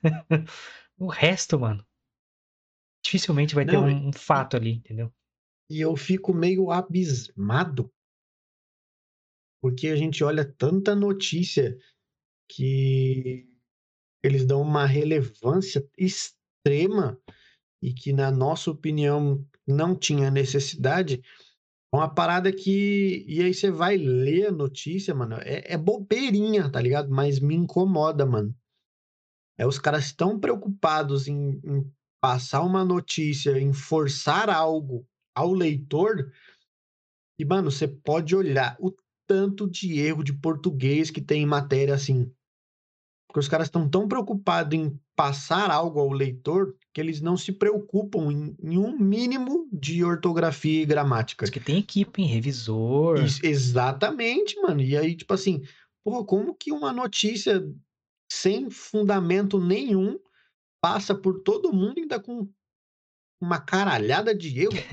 O resto, mano, dificilmente vai ter Não, um, um e, fato ali, entendeu? e eu fico meio abismado, porque a gente olha tanta notícia que eles dão uma relevância extrema e que, na nossa opinião, não tinha necessidade. É uma parada que. E aí você vai ler a notícia, mano. É, é bobeirinha, tá ligado? Mas me incomoda, mano. É os caras tão preocupados em, em passar uma notícia, em forçar algo ao leitor, e, mano, você pode olhar o tanto de erro de português que tem em matéria assim. Porque os caras estão tão preocupados em passar algo ao leitor que eles não se preocupam em, em um mínimo de ortografia e Os gramática. que tem equipe, hein? Revisor. Isso, exatamente, mano. E aí, tipo assim, pô, como que uma notícia sem fundamento nenhum passa por todo mundo ainda com uma caralhada de erro?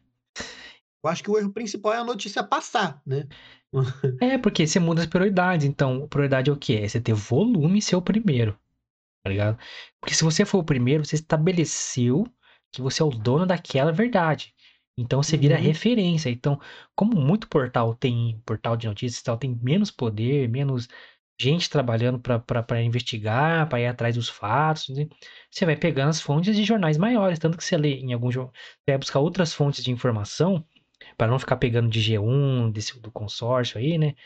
Eu acho que o erro principal é a notícia passar, né? É, porque você muda as prioridades. Então, a prioridade é o quê? É você ter volume e ser o primeiro. Tá ligado? Porque se você for o primeiro, você estabeleceu que você é o dono daquela verdade. Então você vira Uhum. referência. Então, como muito portal tem, portal de notícias e tal, tem menos poder, menos gente trabalhando para investigar, para ir atrás dos fatos, né? Você vai pegando as fontes de jornais maiores, tanto que você lê em algum jornal, você vai buscar outras fontes de informação, para não ficar pegando de G um, desse, do consórcio aí, né?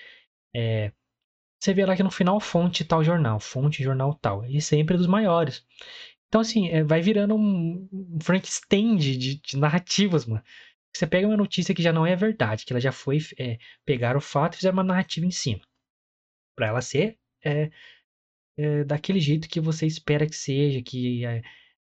Você vê lá que no final fonte tal jornal, fonte jornal tal, e sempre dos maiores. Então, assim, é, vai virando um, um Frankenstein de, de, de narrativas, mano. Você pega uma notícia que já não é verdade, que ela já foi. É, pegar o fato e fizeram uma narrativa em cima. Pra ela ser é, é, daquele jeito que você espera que seja, que é,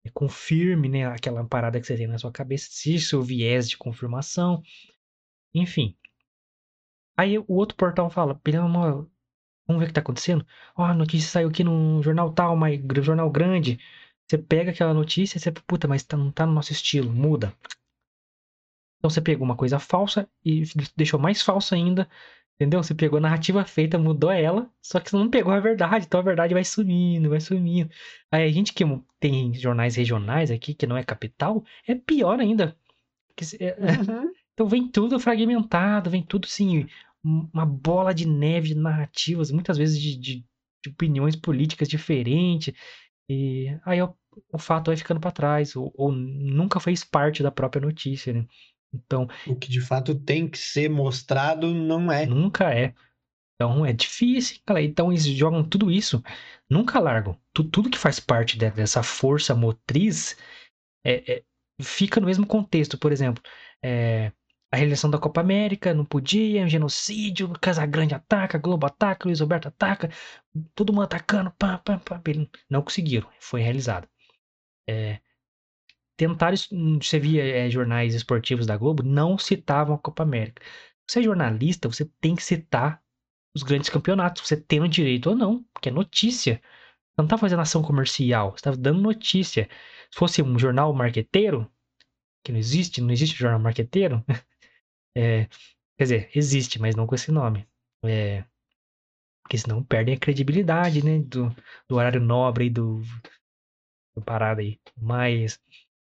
é, confirme, né, aquela parada que você tem na sua cabeça, se isso é o viés de confirmação, enfim. Aí o outro portal fala, pelo amor, vamos ver o que tá acontecendo? Ó, a notícia saiu aqui num jornal tal, mas jornal grande. Você pega aquela notícia e você, puta, mas tá, não tá no nosso estilo, muda. Então você pegou uma coisa falsa e deixou mais falsa ainda, entendeu? Você pegou a narrativa feita, mudou ela, só que você não pegou a verdade, então a verdade vai sumindo, vai sumindo. Aí a gente que tem jornais regionais aqui, que não é capital, é pior ainda. Que se- é- Uhum. Então vem tudo fragmentado, vem tudo assim, um- uma bola de neve de narrativas, muitas vezes de, de- de opiniões políticas diferentes. E aí o, o fato vai ficando para trás, ou, ou nunca fez parte da própria notícia, né? Então, O que de fato tem que ser mostrado não é. nunca é. Então é difícil, cara. Então eles jogam tudo isso, nunca largam. Tu- tudo que faz parte de- dessa força motriz é, é- fica no mesmo contexto. Por exemplo, é, a realização da Copa América não podia, um genocídio, Casagrande ataca, Globo ataca, Luiz Roberto ataca, todo mundo atacando, pá, pá, pá. Não conseguiram, foi realizado. Tentaram, você via é, jornais esportivos da Globo, não citavam a Copa América. Você é jornalista, você tem que citar os grandes campeonatos, você tem o direito ou não, porque é notícia. Você não tá fazendo ação comercial, você tá dando notícia. Se fosse um jornal marqueteiro, que não existe, não existe jornal marqueteiro, é, quer dizer, existe, mas não com esse nome. É, porque senão perdem a credibilidade, né, do, do horário nobre e do, do parada aí. Mas,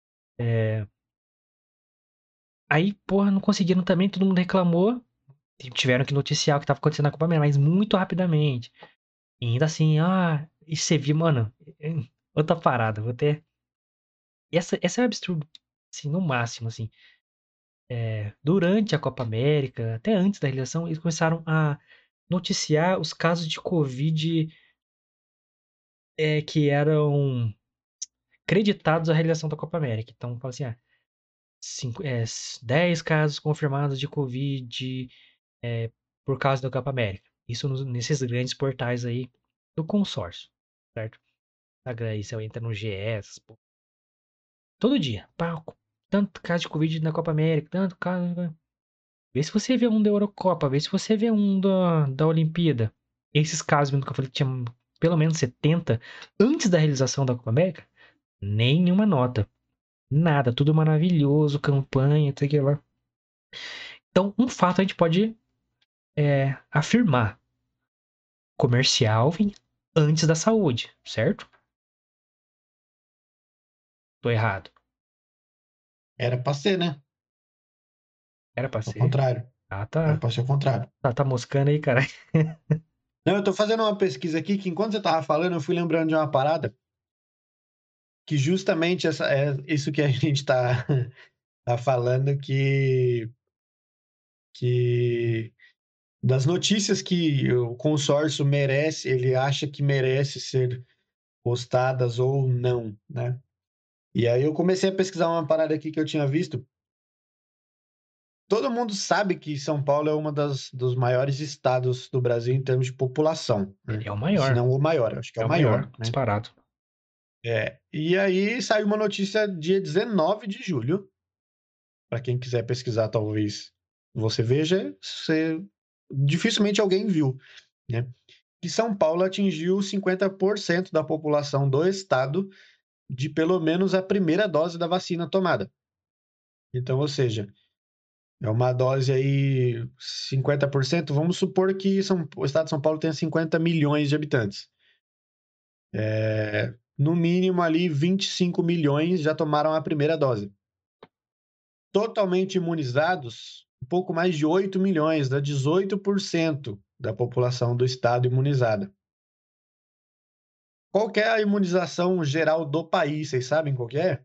aí, porra, não conseguiram também, todo mundo reclamou, tiveram que noticiar o que tava acontecendo na Copa América, mas muito rapidamente. E ainda assim, ah, e você viu, mano, outra parada, vou ter. Essa, essa é um absurdo, assim, no máximo, assim. É, durante a Copa América, até antes da realização, eles começaram a noticiar os casos de Covid é, que eram creditados à realização da Copa América. Então, fala assim, ah, cinco, é, dez casos confirmados de Covid é, por causa da Copa América. Isso nos- nesses grandes portais aí do consórcio, certo? Aí você entra no G S, pô. Todo dia, pá, tanto caso de Covid na Copa América, tanto caso. Vê se você vê um da Eurocopa, vê se você vê um da, da Olimpíada. Esses casos mesmo que eu falei que tinha pelo menos setenta antes da realização da Copa América, nenhuma nota. Nada, tudo maravilhoso, campanha, tudo aquilo lá. Então, um fato a gente pode é, afirmar: comercial vem antes da saúde, certo? Tô errado. Era pra ser, né? Era pra Ao ser. contrário. Ah, Era tá. pra ser o contrário. Tá, tá moscando aí, cara. Não, eu tô fazendo uma pesquisa aqui que enquanto você tava falando, eu fui lembrando de uma parada que justamente essa, é isso que a gente tá, tá falando que, que das notícias que o consórcio merece, ele acha que merece ser postadas ou não, né? E aí eu comecei a pesquisar uma parada aqui que eu tinha visto. Todo mundo sabe que São Paulo é uma das dos maiores estados do Brasil em termos de população, né? É o Se maior. não o maior, eu acho que é É o o maior, maior, né? disparado. É. E aí saiu uma notícia dia dezenove de julho, para quem quiser pesquisar, talvez você veja, você... dificilmente alguém viu, né? Que São Paulo atingiu cinquenta por cento da população do estado de pelo menos a primeira dose da vacina tomada. Então, ou seja, é uma dose aí cinquenta por cento. Vamos supor que São, o estado de São Paulo tenha cinquenta milhões de habitantes. É, no mínimo ali vinte e cinco milhões já tomaram a primeira dose. Totalmente imunizados, um pouco mais de oito milhões, dá dezoito por cento da população do estado imunizada. Qual que é a imunização geral do país? Vocês sabem qual que é?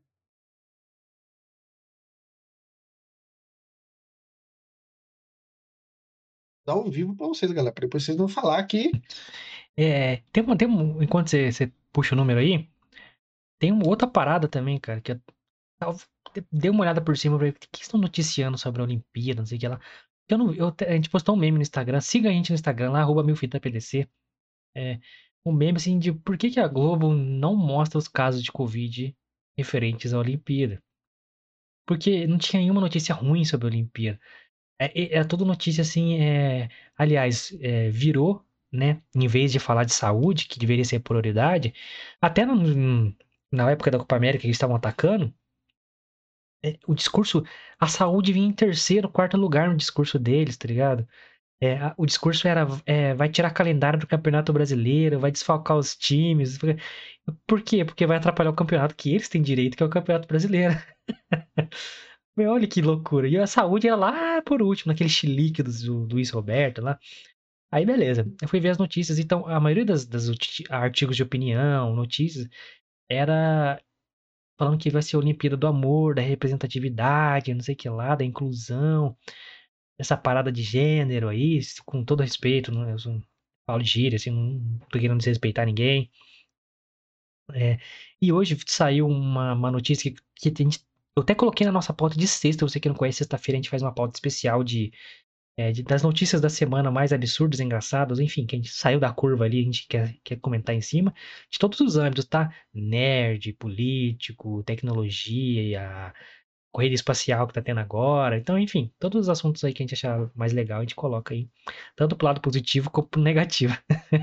Dá ao vivo para vocês, galera, pra depois vocês não falar que... É, tem uma, tem um, enquanto você, você puxa o número aí, tem uma outra parada também, cara, que eu tava- dei uma olhada por cima, pra ver o que estão noticiando sobre a Olimpíada, não sei o que lá. Eu não, eu, a gente postou um meme no Instagram, siga a gente no Instagram lá, arroba milfitapdc. É, um meme assim de por que, que a Globo não mostra os casos de Covid referentes à Olimpíada. Porque não tinha nenhuma notícia ruim sobre a Olimpíada. É, é, era tudo notícia assim, é... aliás, é, virou, né? Em vez de falar de saúde, que deveria ser prioridade, até no, na época da Copa América que eles estavam atacando, é, o discurso, a saúde vinha em terceiro, quarto lugar no discurso deles, tá ligado? É, a- o discurso era, é, vai tirar calendário do Campeonato Brasileiro, vai desfalcar os times. Por quê? Porque vai atrapalhar o campeonato que eles têm direito, que é o Campeonato Brasileiro. Meu, olha que loucura. E a saúde era lá por último, naquele chilique do, do Luiz Roberto lá. Aí, beleza. Eu fui ver as notícias. Então, a maioria das, das uti- artigos de opinião, notícias, era falando que vai ser a Olimpíada do Amor, da representatividade, não sei o que lá, da inclusão, essa parada de gênero aí, com todo respeito, não, eu sou Paulo de gíria, assim, não tô querendo desrespeitar ninguém. É, e hoje saiu uma, uma notícia que, que tem, eu até coloquei na nossa pauta de sexta, você que não conhece, sexta-feira a gente faz uma pauta especial de, é, de- das notícias da semana mais absurdas, engraçadas, enfim, que a gente saiu da curva ali, a gente quer, quer comentar em cima, de todos os âmbitos, tá? Nerd, político, tecnologia, corrida espacial que tá tendo agora, então, enfim, todos os assuntos aí que a gente achar mais legal, a gente coloca aí, tanto pro lado positivo como pro negativo.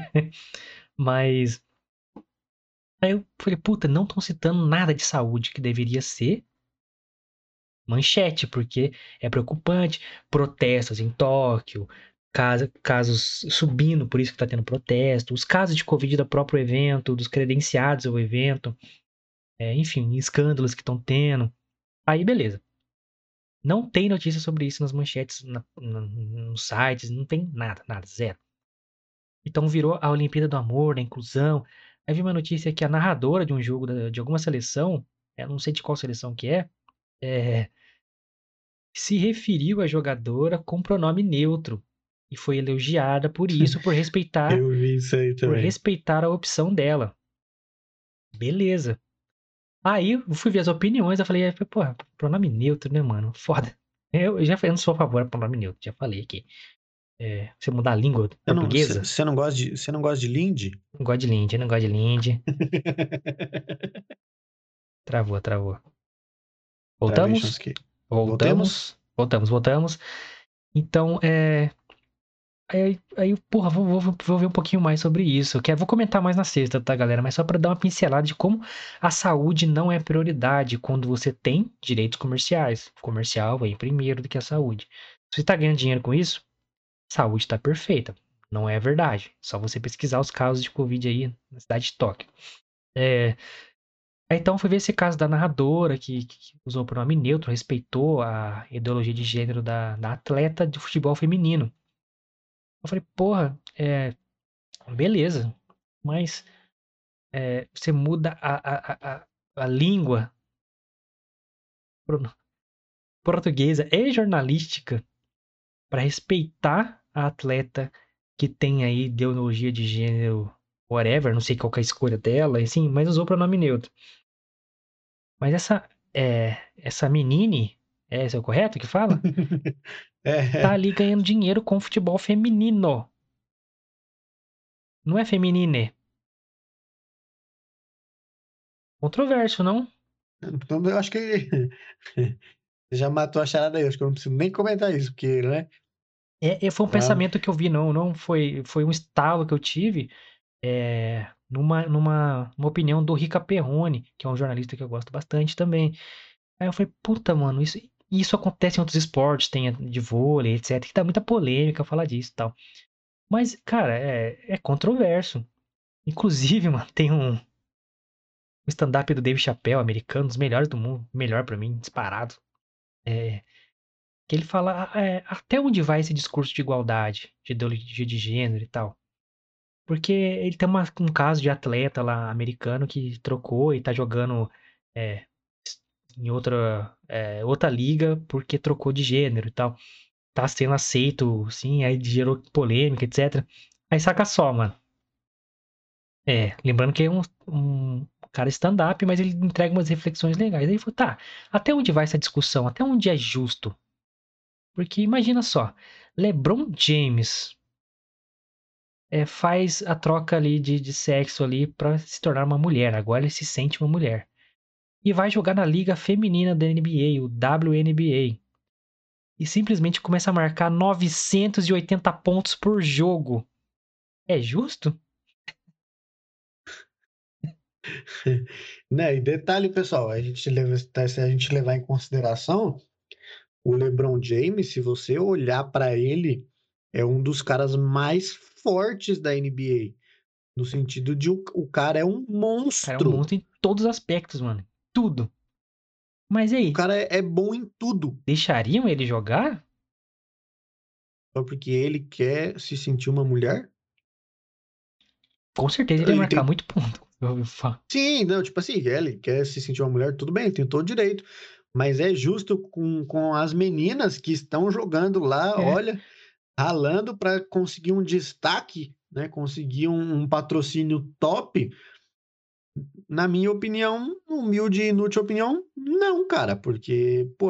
Mas aí eu falei, puta, não estão citando nada de saúde que deveria ser manchete, porque é preocupante. Protestos em Tóquio, casa- casos subindo, por isso que está tendo protesto, os casos de Covid do próprio evento, dos credenciados ao evento, é, enfim, escândalos que estão tendo. Aí, beleza. Não tem notícia sobre isso nas manchetes, na, na, nos sites, não tem nada, nada, zero. Então virou a Olimpíada do Amor, da inclusão. Aí vi uma notícia que a narradora de um jogo da- de alguma seleção, eu não sei de qual seleção que é, é, se referiu à jogadora com pronome neutro e foi elogiada por isso, por respeitar, Eu vi isso aí por também. respeitar a opção dela. Beleza. Aí eu fui ver as opiniões, eu falei, pô, pronome neutro, né, mano? Foda. Eu, eu já eu não sou a favor de pronome neutro, já falei aqui. É, você mudar a língua Você não, você, portuguesa, você não gosta de, você não gosta de Lindy? não gosto de Lindy, não gosto de Lindy. Travou, travou. Travei Voltamos? Chomsky. Voltemos? Voltamos? Voltamos, voltamos. Então, é, Aí, aí porra, vou, vou, vou ver um pouquinho mais sobre isso. Eu quero, vou comentar mais na sexta, tá, galera? Mas só para dar uma pincelada de como a saúde não é prioridade quando você tem direitos comerciais. O comercial vem primeiro do que a saúde. Se você tá ganhando dinheiro com isso, saúde tá perfeita. Não é verdade. Só você pesquisar os casos de Covid aí na cidade de Tóquio. É, aí, então, fui ver esse caso da narradora que, que usou o pronome neutro, respeitou a ideologia de gênero da, da atleta de futebol feminino. Eu falei, porra, é, beleza, mas é, você muda a, a, a, a língua pro- portuguesa e jornalística para respeitar a atleta que tem aí ideologia de gênero, whatever, não sei qual que é a escolha dela, assim, mas usou o pronome neutro. Mas essa, é, essa menine, é esse é o correto que fala? Tá É, ali ganhando dinheiro com futebol feminino. Não é feminine. Controverso, não? então eu acho que você já matou a charada aí. Acho que eu não preciso nem comentar isso, porque, né? É, é, foi um Tá. pensamento que eu vi, não, não foi, foi um estalo que eu tive é, numa, numa uma opinião do Rica Perrone, que é um jornalista que eu gosto bastante também. Aí eu falei, puta, mano, isso, isso acontece em outros esportes, tem de vôlei, etc, que dá muita polêmica falar disso e tal. Mas, cara, é, é controverso. Inclusive, mano, tem um, um stand-up do Dave Chappelle, americano, um dos melhores do mundo, melhor pra mim, disparado. É, que ele fala é, até onde vai esse discurso de igualdade, de ideologia de gênero e tal. Porque ele tem uma- um caso de atleta lá americano que trocou e tá jogando é, em outra, é, outra liga porque trocou de gênero e tal. Tá sendo aceito, sim, aí gerou polêmica, etcétera. Aí saca só, mano. É, lembrando que é um, um cara stand-up, mas ele entrega umas reflexões legais. Aí ele falou, tá, até onde vai essa discussão? Até onde é justo? Porque imagina só, LeBron James é, faz a troca ali de, de sexo ali pra se tornar uma mulher. Agora ele se sente uma mulher. e vai jogar na liga feminina da N B A, o W N B A. E simplesmente começa a marcar novecentos e oitenta pontos por jogo. É justo? Né? E detalhe, pessoal, a gente leva, se a gente levar em consideração o LeBron James, se você olhar para ele, é um dos caras mais fortes da N B A. No sentido de o, o cara é um Cara, é um monstro. monstro em todos os aspectos, mano. Tudo. Mas e O aí? cara é, é bom em tudo. Deixariam ele jogar? Só porque ele quer se sentir uma mulher? Com certeza ele ia Ele marcar tem. muito ponto. Eu, eu falo. Sim, não, tipo assim, ele quer se sentir uma mulher, tudo bem, tem todo direito. Mas é justo com, com as meninas que estão jogando lá, É. olha, ralando para conseguir um destaque, né? Conseguir um, um patrocínio top. Na minha opinião, humilde e inútil opinião, não, cara, porque, pô,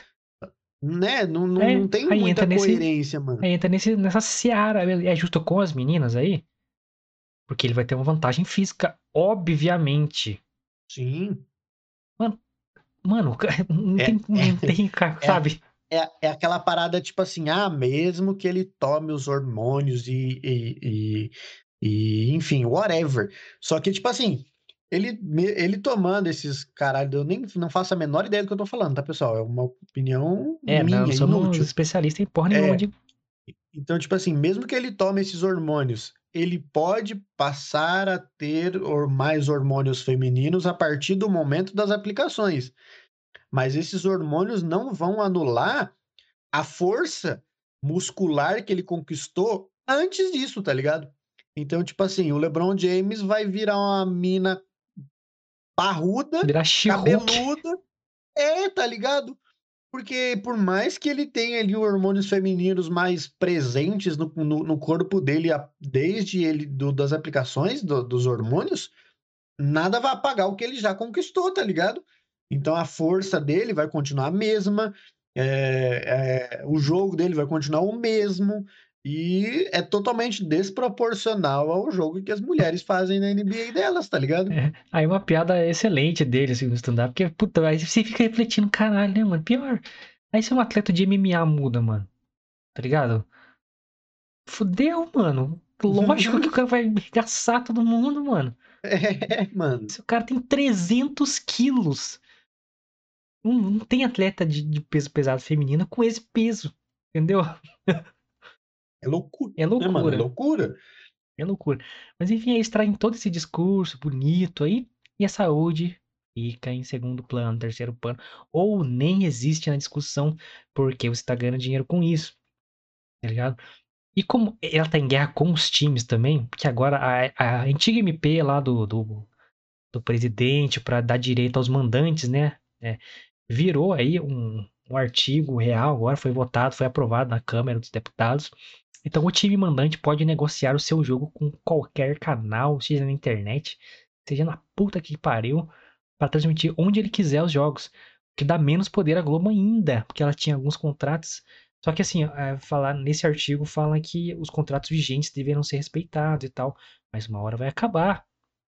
né? Não, não, É, não tem aí muita entra nesse. coerência, mano. Aí entra nesse, nessa seara. É justo com as meninas aí? Porque ele vai ter uma vantagem física, obviamente. Sim. Mano, mano, não É, tem, é, não tem, é, sabe? é, é aquela parada tipo assim, ah, mesmo que ele tome os hormônios e, e, e, e, enfim, whatever. Só que, tipo assim, ele, me- ele tomando esses caralho, eu nem não faço a menor ideia do que eu tô falando, tá, pessoal? É uma opinião É, não, não minha, somos inútil. especialistas em porra nenhuma É, de. então, tipo assim, mesmo que ele tome esses hormônios, ele pode passar a ter or- mais hormônios femininos a partir do momento das aplicações. Mas esses hormônios não vão anular a força muscular que ele conquistou antes disso, tá ligado? Então, tipo assim, o LeBron James vai virar uma mina parruda, Virar She-Hulk. cabeluda, é, tá ligado? Porque por mais que ele tenha ali hormônios femininos mais presentes no, no, no corpo dele, a- desde ele do- das aplicações do- dos hormônios, nada vai apagar o que ele já conquistou, tá ligado? Então a força dele vai continuar a mesma, é, é, o jogo dele vai continuar o mesmo, e é totalmente desproporcional ao jogo que as mulheres fazem na N B A delas, tá ligado? É, aí uma piada excelente dele, assim, no stand-up, porque, puta, aí você fica refletindo, caralho, né, mano? Pior. Aí se um atleta de M M A muda, mano, tá ligado? Fudeu, mano. Lógico que o cara vai arregaçar todo mundo, mano. É, mano, Se o cara tem trezentos quilos. Não, não tem atleta de, de peso pesado feminina com esse peso, entendeu? é loucura, É né, mano? É loucura. loucura. É loucura. Mas enfim, eles trazem todo esse discurso bonito aí, e a saúde fica em segundo plano, terceiro plano, ou nem existe na discussão, porque você tá ganhando dinheiro com isso, tá ligado? E como ela tá em guerra com os times também, porque agora a, a antiga M P lá do, do, do presidente para dar direito aos mandantes, né? É, virou aí um, um artigo real, agora foi votado, foi aprovado na Câmara dos Deputados. Então, o time mandante pode negociar o seu jogo com qualquer canal, seja na internet, seja na puta que pariu, para transmitir onde ele quiser os jogos. O que dá menos poder à Globo ainda, porque ela tinha alguns contratos. Só que assim, é, falar nesse artigo fala que os contratos vigentes deverão ser respeitados e tal, mas uma hora vai acabar.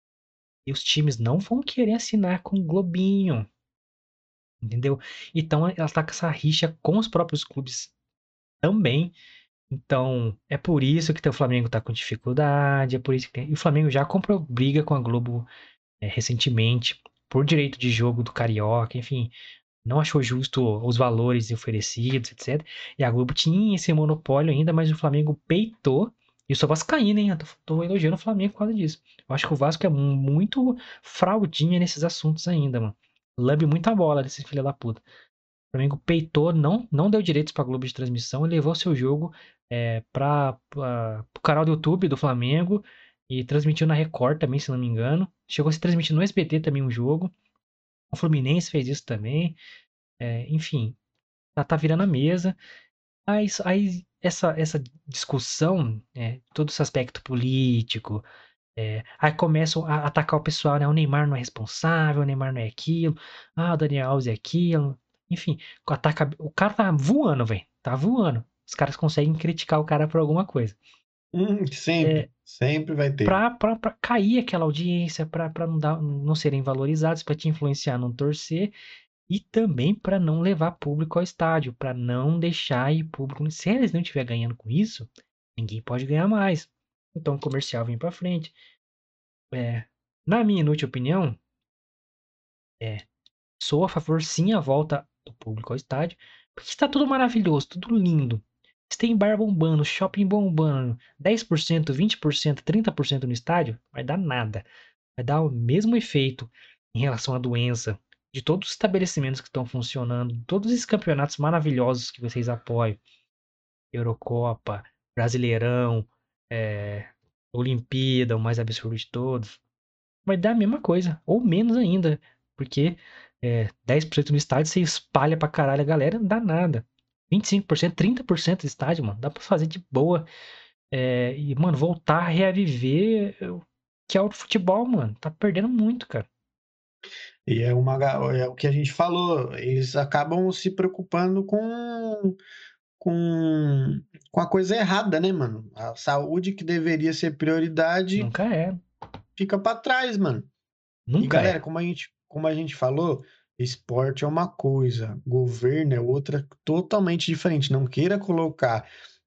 E os times não vão querer assinar com o Globinho, entendeu? Então ela tá com essa rixa com os próprios clubes também. Então, é por isso que o Flamengo tá com dificuldade, é por isso que tem... E o Flamengo já comprou briga com a Globo é, recentemente, por direito de jogo do Carioca, enfim, não achou justo os valores oferecidos, etcétera. E a Globo tinha esse monopólio ainda, mas o Flamengo peitou. E eu sou vascaíno, hein? Eu tô, tô elogiando o Flamengo por causa disso. Eu acho que o Vasco é muito fraudinha nesses assuntos ainda, mano. Lambe muita bola desse filho da puta. O Flamengo peitou, não, não deu direitos para a Globo de transmissão e levou seu jogo é, para o canal do YouTube do Flamengo e transmitiu na Record também, se não me engano. Chegou a se transmitir no S B T também um jogo. O Fluminense fez isso também. É, enfim, tá, tá virando a mesa. Mas aí essa, essa discussão, é, todo esse aspecto político, é, aí começam a atacar o pessoal, né? O Neymar não é responsável, o Neymar não é aquilo, ah, o Daniel Alves é aquilo. Enfim, ataca, o cara tá voando, velho. Tá voando. Os caras conseguem criticar o cara por alguma coisa. Hum, É, sempre, sempre vai ter. pra, pra, pra cair aquela audiência, pra, pra não, dar, não serem valorizados, pra te influenciar a não torcer, e também pra não levar público ao estádio, pra não deixar ir público. Se eles não estiver ganhando com isso, ninguém pode ganhar mais. Então o comercial vem pra frente. É, na minha inútil opinião, é, sou a favor sim a volta do público ao estádio, porque está tudo maravilhoso, tudo lindo. Se tem bar bombando, shopping bombando, dez por cento, vinte por cento, trinta por cento no estádio, vai dar nada. Vai dar o mesmo efeito em relação à doença de todos os estabelecimentos que estão funcionando, todos esses campeonatos maravilhosos que vocês apoiam, Eurocopa, Brasileirão, é, Olimpíada, o mais absurdo de todos, vai dar a mesma coisa, ou menos ainda, porque é, dez por cento no estádio você espalha pra caralho a galera, não dá nada. vinte e cinco por cento, trinta por cento do estádio, mano, dá pra fazer de boa. É, e, mano, voltar a reaviver o que é o futebol, mano. Tá perdendo muito, cara. E é uma, ga- é o que a gente falou, eles acabam se preocupando com, com, com a coisa errada, né, mano? A saúde que deveria ser prioridade Nunca é. fica pra trás, mano. E Nunca galera, é. como a gente, como a gente falou, esporte é uma coisa, governo é outra totalmente diferente. Não queira colocar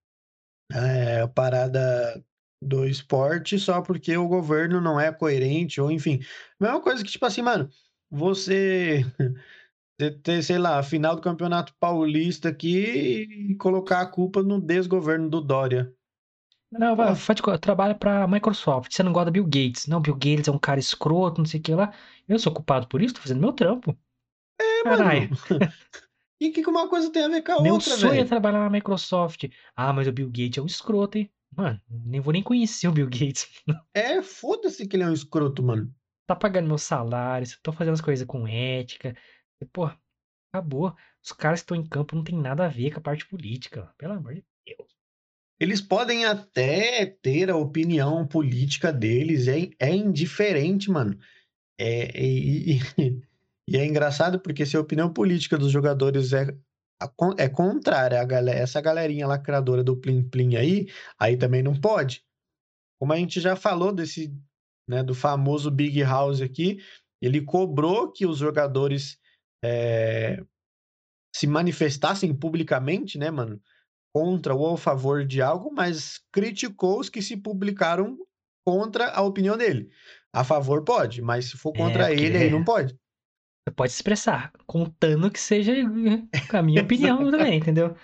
é, a parada do esporte só porque o governo não é coerente, ou enfim. Mesma coisa que, tipo assim, mano, você Você ter, sei lá, a final do Campeonato Paulista aqui e colocar a culpa no desgoverno do Dória. Não, vai, Pô, faz de co- trabalha pra Microsoft. Você não gosta do Bill Gates. Não, Bill Gates é um cara escroto, não sei o que lá. Eu sou culpado por isso, tô fazendo meu trampo. é, mano. Caralho. E o que que uma coisa tem a ver com a Meu outra, sonho é velho? trabalhar na Microsoft. Ah, mas o Bill Gates é um escroto, hein? Mano, nem vou nem conhecer o Bill Gates. É, foda-se que ele é um escroto, mano. Tá pagando meu salário, tô fazendo as coisas com ética. E, pô, acabou. Os caras que estão em campo não tem nada a ver com a parte política. Pelo amor de Deus. Eles podem até ter a opinião política deles, é, é indiferente, mano. É, e, e- e é engraçado porque se a opinião política dos jogadores é, a con- é contrária a galera, essa galerinha lacradora do Plim Plim aí, aí também não pode. Como a gente já falou desse, né, do famoso Big House aqui, ele cobrou que os jogadores é, se manifestassem publicamente, né, mano, contra ou a favor de algo, mas criticou os que se publicaram contra a opinião dele. A favor pode, mas se for É, contra porque ele, aí não é, pode. você pode se expressar, contando que seja a minha opinião também, entendeu?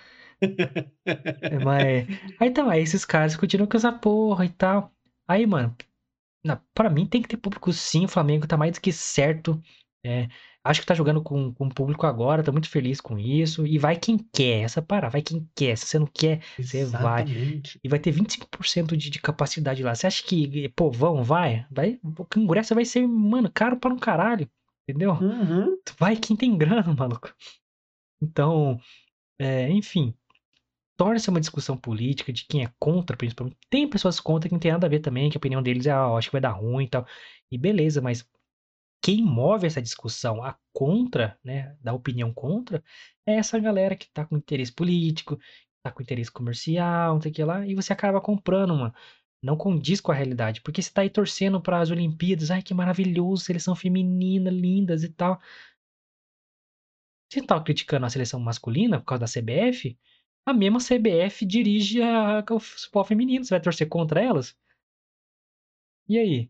É, mas. Aí então, aí esses caras continuam com essa porra e tal. Aí, mano, na, pra mim tem que ter público sim, o Flamengo tá mais do que certo. É, acho que tá jogando com, com o público agora, tô muito feliz com isso. E vai quem quer, essa parada, vai quem quer. Se você não quer, você vai. Exatamente. E vai ter vinte e cinco por cento de, de capacidade lá. Você acha que, pô, vão, vai? Vai, o ingresso vai ser, mano, caro para um caralho, entendeu? Uhum. Vai quem tem grana, maluco. Então, é, enfim, torna-se uma discussão política de quem é contra, principalmente. Tem pessoas contra que não tem nada a ver também, que a opinião deles é, ah, eu acho que vai dar ruim e tal. E beleza, mas quem move essa discussão a contra, né, da opinião contra, é essa galera que tá com interesse político, tá com interesse comercial, não sei o que lá, e você acaba comprando, mano. Não condiz com a realidade, porque você tá aí torcendo para as Olimpíadas, ai que maravilhoso, seleção feminina, lindas e tal. Você tá criticando a seleção masculina por causa da C B F? A mesma C B F dirige a, o futebol feminino, você vai torcer contra elas? E aí?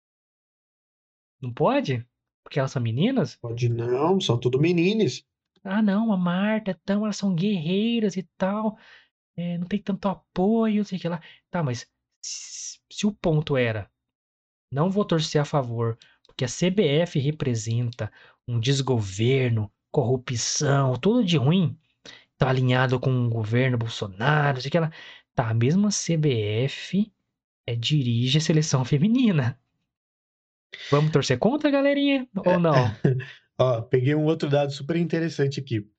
Não pode? Porque elas são meninas? Pode não, são tudo meninos. Ah, não, a Marta, então elas são guerreiras e tal, é, não tem tanto apoio, sei que lá. Tá, mas se, se o ponto era, não vou torcer a favor, porque a C B F representa um desgoverno, corrupção, tudo de ruim, tá alinhado com o governo Bolsonaro, sei que lá. Tá, a mesma C B F é, dirige a seleção feminina. Vamos torcer contra, galerinha? Ou não? Ó, peguei um outro dado super interessante aqui.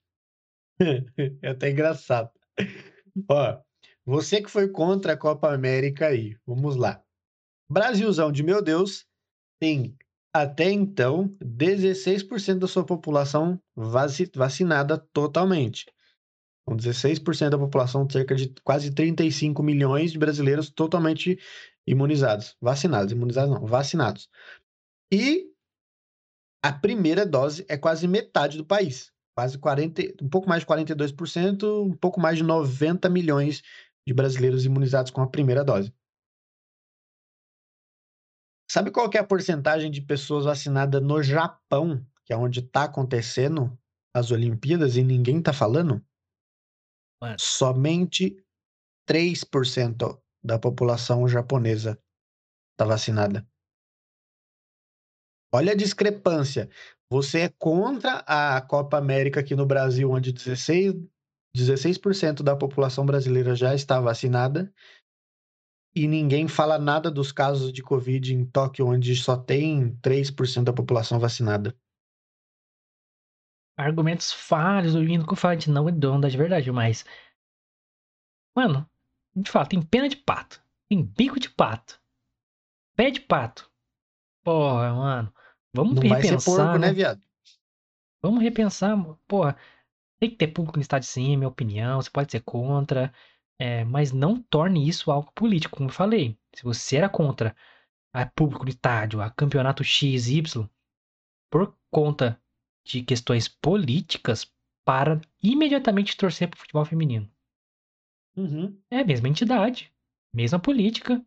É até engraçado. Ó, você que foi contra a Copa América aí, vamos lá. Brasilzão de meu Deus tem até então dezesseis por cento da sua população vaci- vacinada totalmente. São dezesseis por cento da população, cerca de quase trinta e cinco milhões de brasileiros totalmente imunizados. Vacinados, imunizados não, vacinados. E a primeira dose é quase metade do país. Quase quarenta, um pouco mais de quarenta e dois por cento, um pouco mais de noventa milhões de brasileiros imunizados com a primeira dose. Sabe qual que é a porcentagem de pessoas vacinadas no Japão, que é onde está acontecendo as Olimpíadas e ninguém está falando? Mano, Somente três por cento da população japonesa está vacinada. Olha a discrepância. Você é contra a Copa América aqui no Brasil, onde dezesseis, dezesseis por cento da população brasileira já está vacinada, e ninguém fala nada dos casos de Covid em Tóquio, onde só tem três por cento da população vacinada. argumentos falhos, o único falante não é dono da verdade, mas. Mano, a gente fala, tem pena de pato, tem bico de pato, pé de pato. Porra, mano. Vamos Não vai ser porco, repensar, né, né? viado? Vamos repensar, porra. Tem que ter público no estado sim, minha opinião. Você pode ser contra, é, mas não torne isso algo político, como eu falei. Se você era contra a público no estádio, a campeonato X, Y, por conta de questões políticas, para imediatamente torcer pro futebol feminino. Uhum, É a mesma entidade, mesma política.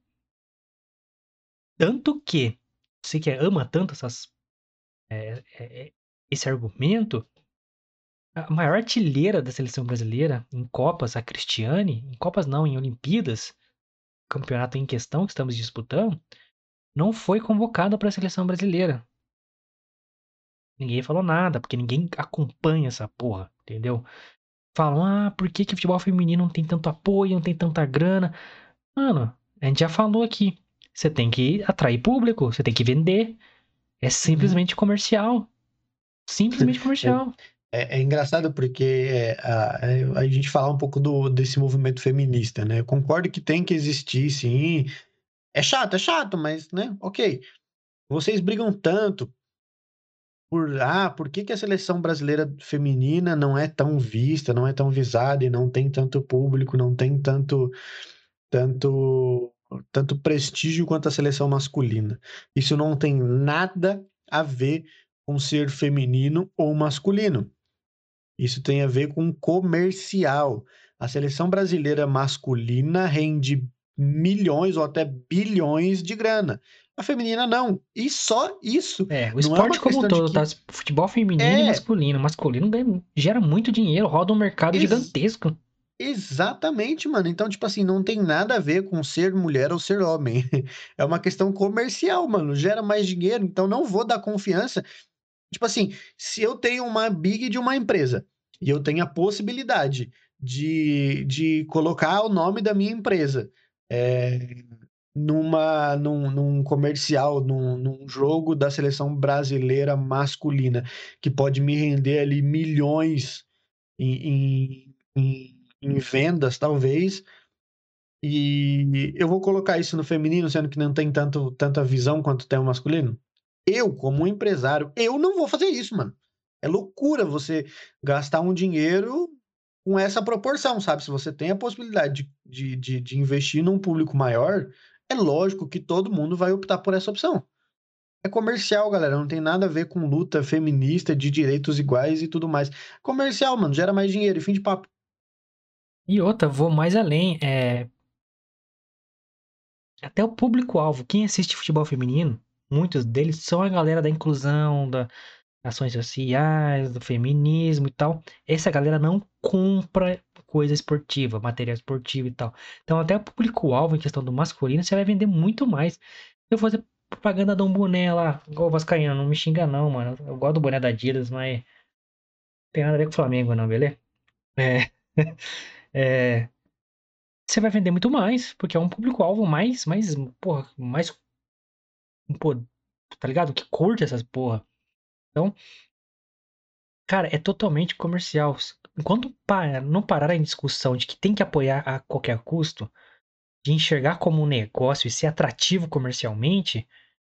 Tanto que, você que ama tanto essas, é, é, é, esse argumento, a maior artilheira da seleção brasileira em Copas, a Cristiane, em Copas não, em Olimpíadas, campeonato em questão que estamos disputando, não foi convocada para a seleção brasileira. Ninguém falou nada, porque ninguém acompanha essa porra, entendeu? Falam, ah, por que que o futebol feminino não tem tanto apoio, não tem tanta grana? Mano, a gente já falou aqui. Você tem que atrair público, você tem que vender. É uhum. simplesmente comercial. Simplesmente É, comercial. é, é engraçado porque é, a, é, a gente fala um pouco do, desse movimento feminista, né? Eu concordo que tem que existir, sim. É chato, é chato, mas, né? Ok. Vocês brigam tanto por, ah, por que que a seleção brasileira feminina não é tão vista, não é tão visada e não tem tanto público, não tem tanto, tanto, tanto prestígio quanto a seleção masculina? Isso não tem nada a ver com ser feminino ou masculino. Isso tem a ver com comercial. A seleção brasileira masculina rende milhões ou até bilhões de grana. A feminina não. E só isso. É, o Não é esporte uma como um questão de todo, tá? que Futebol feminino e é masculino. Masculino ganha- gera muito dinheiro, roda um mercado ex- gigantesco. exatamente, mano. Então, tipo assim, não tem nada a ver com ser mulher ou ser homem. É uma questão comercial, mano. Gera mais dinheiro, então não vou dar confiança. Tipo assim, se eu tenho uma big de uma empresa e eu tenho a possibilidade de, de colocar o nome da minha empresa é, numa, num, num comercial, num, num jogo da seleção brasileira masculina, que pode me render ali milhões em, em, em, em vendas, talvez, e eu vou colocar isso no feminino, sendo que não tem tanto, tanta visão quanto tem o masculino. Eu, como um empresário, eu não vou fazer isso, mano. É loucura você gastar um dinheiro com essa proporção, sabe? Se você tem a possibilidade de, de, de, de investir num público maior, é lógico que todo mundo vai optar por essa opção. É comercial, galera, não tem nada a ver com luta feminista de direitos iguais e tudo mais. Comercial, mano, gera mais dinheiro e fim de papo. E outra, vou mais além. É, até o público-alvo, quem assiste futebol feminino, muitos deles são a galera da inclusão, das ações sociais, do feminismo e tal. Essa galera não compra coisa esportiva, material esportivo e tal. Então, até o público-alvo em questão do masculino, você vai vender muito mais. Eu vou fazer propaganda de um boné lá, igual o Vascaíno, não me xinga não, mano. Eu gosto do boné da Adidas, mas não tem nada a ver com o Flamengo, não, beleza? É, é, você vai vender muito mais, porque é um público-alvo mais, mais, porra, mais, pô, tá ligado? Que curte essas porra. Então, cara, é totalmente comercial. Enquanto pa- não parar em discussão de que tem que apoiar a qualquer custo, de enxergar como um negócio e ser atrativo comercialmente,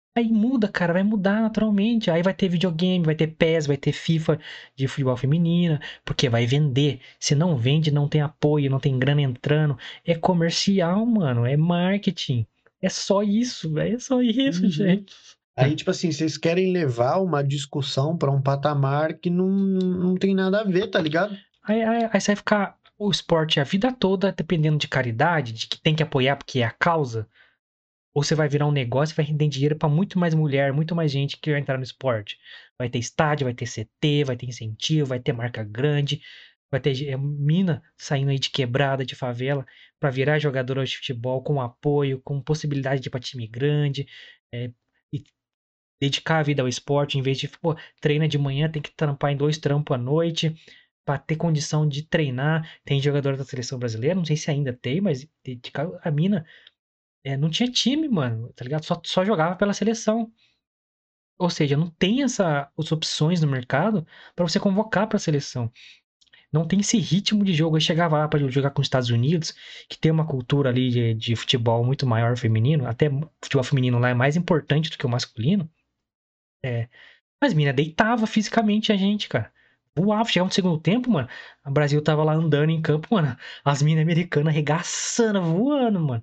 Aí muda, cara, vai mudar naturalmente. Aí vai ter videogame, vai ter PES, vai ter FIFA de futebol feminina, porque vai vender. Se não vende, não tem apoio, não tem grana entrando. É comercial, mano, é marketing. É só isso, velho, é só isso, Uhum. gente. Aí, tipo assim, vocês querem levar uma discussão pra um patamar que não, não tem nada a ver, tá ligado? Aí, aí, aí você vai ficar o esporte a vida toda dependendo de caridade, de que tem que apoiar porque é a causa. Ou você vai virar um negócio e vai render dinheiro para muito mais mulher, muito mais gente que vai entrar no esporte. Vai ter estádio, vai ter C T, vai ter incentivo, vai ter marca grande, vai ter é, mina saindo aí de quebrada, de favela, para virar jogadora de futebol com apoio, com possibilidade de ir para time grande, é, e dedicar a vida ao esporte, em vez de, pô, treina de manhã, tem que trampar em dois trampos à noite, para ter condição de treinar. Tem jogadora da seleção brasileira, não sei se ainda tem, mas dedicar a mina é, não tinha time, mano, tá ligado? Só, só jogava pela seleção. Ou seja, não tem essa, as opções no mercado pra você convocar pra seleção. Não tem esse ritmo de jogo. Eu chegava lá pra jogar com os Estados Unidos, que tem uma cultura ali de, de futebol muito maior feminino. Até o futebol feminino lá é mais importante do que o masculino. É. Mas mina deitava fisicamente a gente, cara. Voava, chegava no segundo tempo, mano. O Brasil tava lá andando em campo, mano. As minas americanas arregaçando, voando, mano.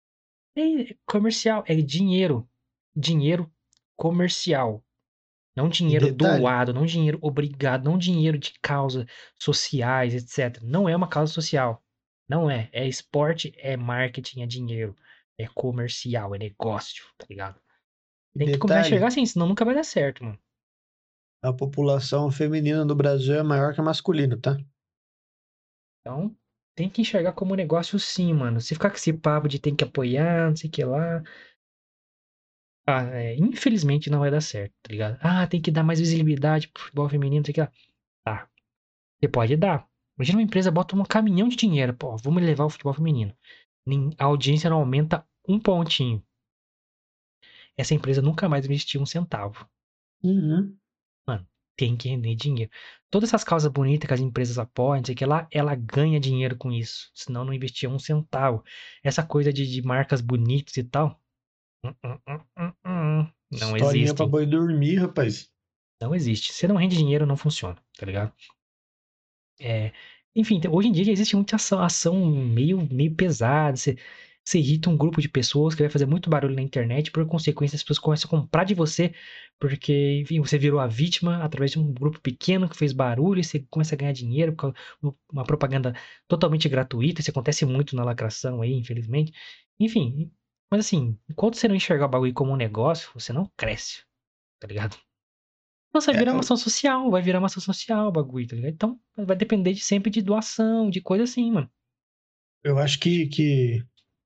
É comercial, é dinheiro. Dinheiro comercial. Não E dinheiro detalhe, doado, não dinheiro obrigado, não dinheiro de causas sociais, etcétera. Não é uma causa social. Não é. É esporte, é marketing, é dinheiro. É comercial, é negócio, tá ligado? e Tem que começar a enxergar detalhe, assim, senão nunca vai dar certo, mano. a população feminina do Brasil é maior que a masculina, tá? Então, tem que enxergar como negócio sim, mano. Se ficar com esse papo de tem que apoiar, não sei o que lá. Ah, é, infelizmente não vai dar certo, tá ligado? Ah, tem que dar mais visibilidade pro futebol feminino, não sei o que lá. Tá, você pode dar. Imagina uma empresa bota um caminhão de dinheiro, pô, vamos levar o futebol feminino. Nem- A audiência não aumenta um pontinho. Essa empresa nunca mais investiu um centavo. Uhum. Mano, tem que render dinheiro. Todas essas causas bonitas que as empresas apoiam, não sei o que lá, ela ganha dinheiro com isso. Senão não investia um centavo. Essa coisa de, de marcas bonitas e tal, hum, hum, hum, hum, hum, não Historinha pra existem. boi dormir, rapaz. Não existe. Se não rende dinheiro, não funciona, tá ligado? É, enfim, hoje em dia já existe muita ação, ação meio, meio pesada. Você, você irrita um grupo de pessoas que vai fazer muito barulho na internet, por consequência, as pessoas começam a comprar de você, porque, enfim, você virou a vítima através de um grupo pequeno que fez barulho, e você começa a ganhar dinheiro com uma propaganda totalmente gratuita. Isso acontece muito na lacração aí, infelizmente. Enfim, mas assim, enquanto você não enxergar o bagulho como um negócio, você não cresce, tá ligado? Nossa, vai É, virar uma eu, ação social, vai virar uma ação social o bagulho, tá ligado? Então, vai depender de sempre de doação, de coisa assim, mano. eu acho que, que...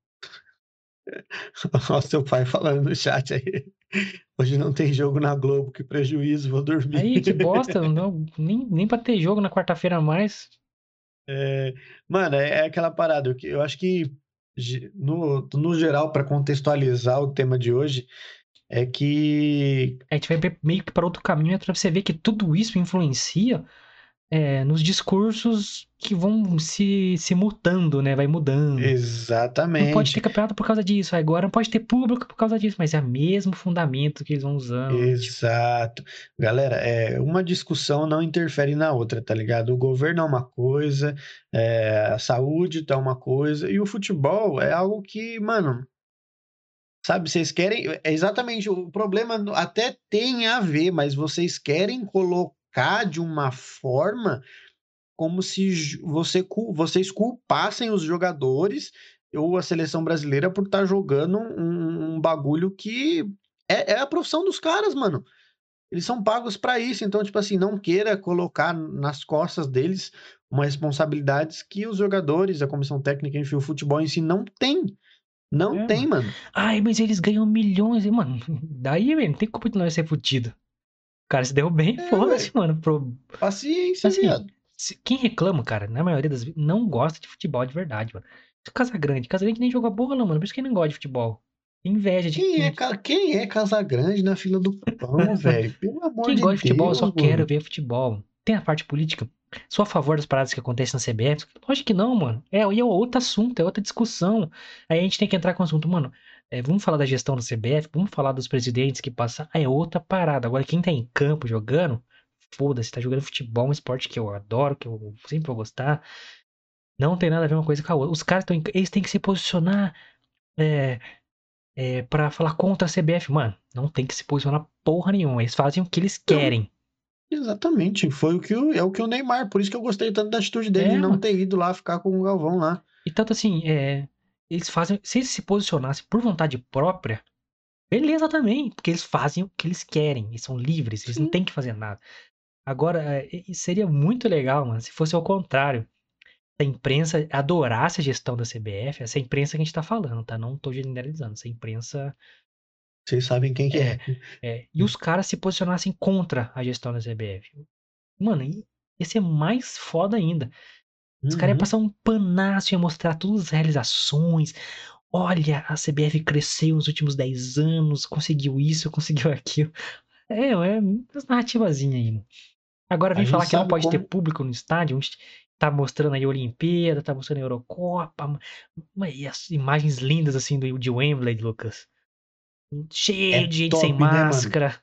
Olha o seu pai falando no chat aí. Hoje não tem jogo na Globo, que prejuízo, vou dormir. Aí, que bosta, não, nem, nem pra ter jogo na quarta-feira a mais. É, mano, é, é aquela parada. Eu, que- eu acho que, ge- no, no geral, para contextualizar o tema de hoje, é que. A gente vai ver meio que para outro caminho, é pra você ver que tudo isso influencia é, nos discursos que vão se, se mutando, né? Vai mudando. Não pode ter Exatamente. campeonato por causa disso, agora não pode ter público por causa disso, mas é o mesmo fundamento que eles vão usando, tipo, Exato. Galera, é, uma discussão não interfere na outra, tá ligado? O governo é uma coisa, é, a saúde tá uma coisa, e o futebol é algo que, mano, sabe, vocês querem. É exatamente o problema, no- até tem a ver, mas vocês querem colocar de uma forma como se ju- você, cu- vocês culpassem os jogadores ou a seleção brasileira por estar jogando um, um bagulho que é, é a profissão dos caras, mano. Eles são pagos para isso, então, tipo assim, não queira colocar nas costas deles uma responsabilidades que os jogadores, a comissão técnica, enfim, o futebol em si não tem. Não é, tem, mano. mano. Ai, mas eles ganham milhões, e, mano, daí, velho, não tem culpa de nós ser fudido. O cara se deu bem, É, foda-se, ué. mano. Pro... Paciência, Assim, viado. se- quem reclama, cara, na maioria das vezes, não gosta de futebol de verdade, mano. Casagrande, Casagrande nem joga bola, mano. Por isso que ele não gosta de futebol. Tem inveja de Quem é, quem. ca- quem é Casagrande na fila do pão, velho? Pelo amor Quem de gosta de futebol, eu só Deus, quero mano. ver futebol. Tem a parte política. Sou a favor das paradas que acontecem na C B F? Lógico que não, mano. É, e é outro assunto, é outra discussão. Aí a gente tem que entrar com o assunto, mano. É, vamos falar da gestão da C B F, vamos falar dos presidentes que passam. Ah, é outra parada. Agora, quem tá em campo jogando, foda-se, tá jogando futebol, um esporte que eu adoro, que eu sempre vou gostar. Não tem nada a ver uma coisa com a outra. Os caras tão, em- eles têm que se posicionar é, é, pra falar contra a C B F. Mano, não tem que se posicionar porra nenhuma. Eles fazem o que eles Não, querem. exatamente. Foi o que o, é o que o Neymar, por isso que eu gostei tanto da atitude dele de É, não mano. ter ido lá ficar com o Galvão lá. E tanto assim, é, eles fazem. Se eles se posicionassem por vontade própria, beleza também. Porque eles fazem o que eles querem. Eles são livres, eles não Sim. têm que fazer nada. Agora, é, e seria muito legal, mano, se fosse ao contrário. Se a imprensa adorasse a gestão da C B F, essa imprensa que a gente tá falando, tá? Não tô generalizando. Essa imprensa. Vocês sabem quem que É, é. é. E os caras se posicionassem contra a gestão da C B F. Mano, i- ia ser mais foda ainda. Os caras iam Uhum. passar um panaço, ia mostrar todas as realizações. Olha, a C B F cresceu nos últimos dez anos, conseguiu isso, conseguiu aquilo. É, é umas narrativazinhas aí, mano. Agora A vem gente falar que não sabe pode ter como. público no estádio, onde tá mostrando aí a Olimpíada, tá mostrando a Eurocopa, ma- ma- e as imagens lindas assim do, de Wembley, Lucas. Cheio É de gente sem top, né, mano? máscara.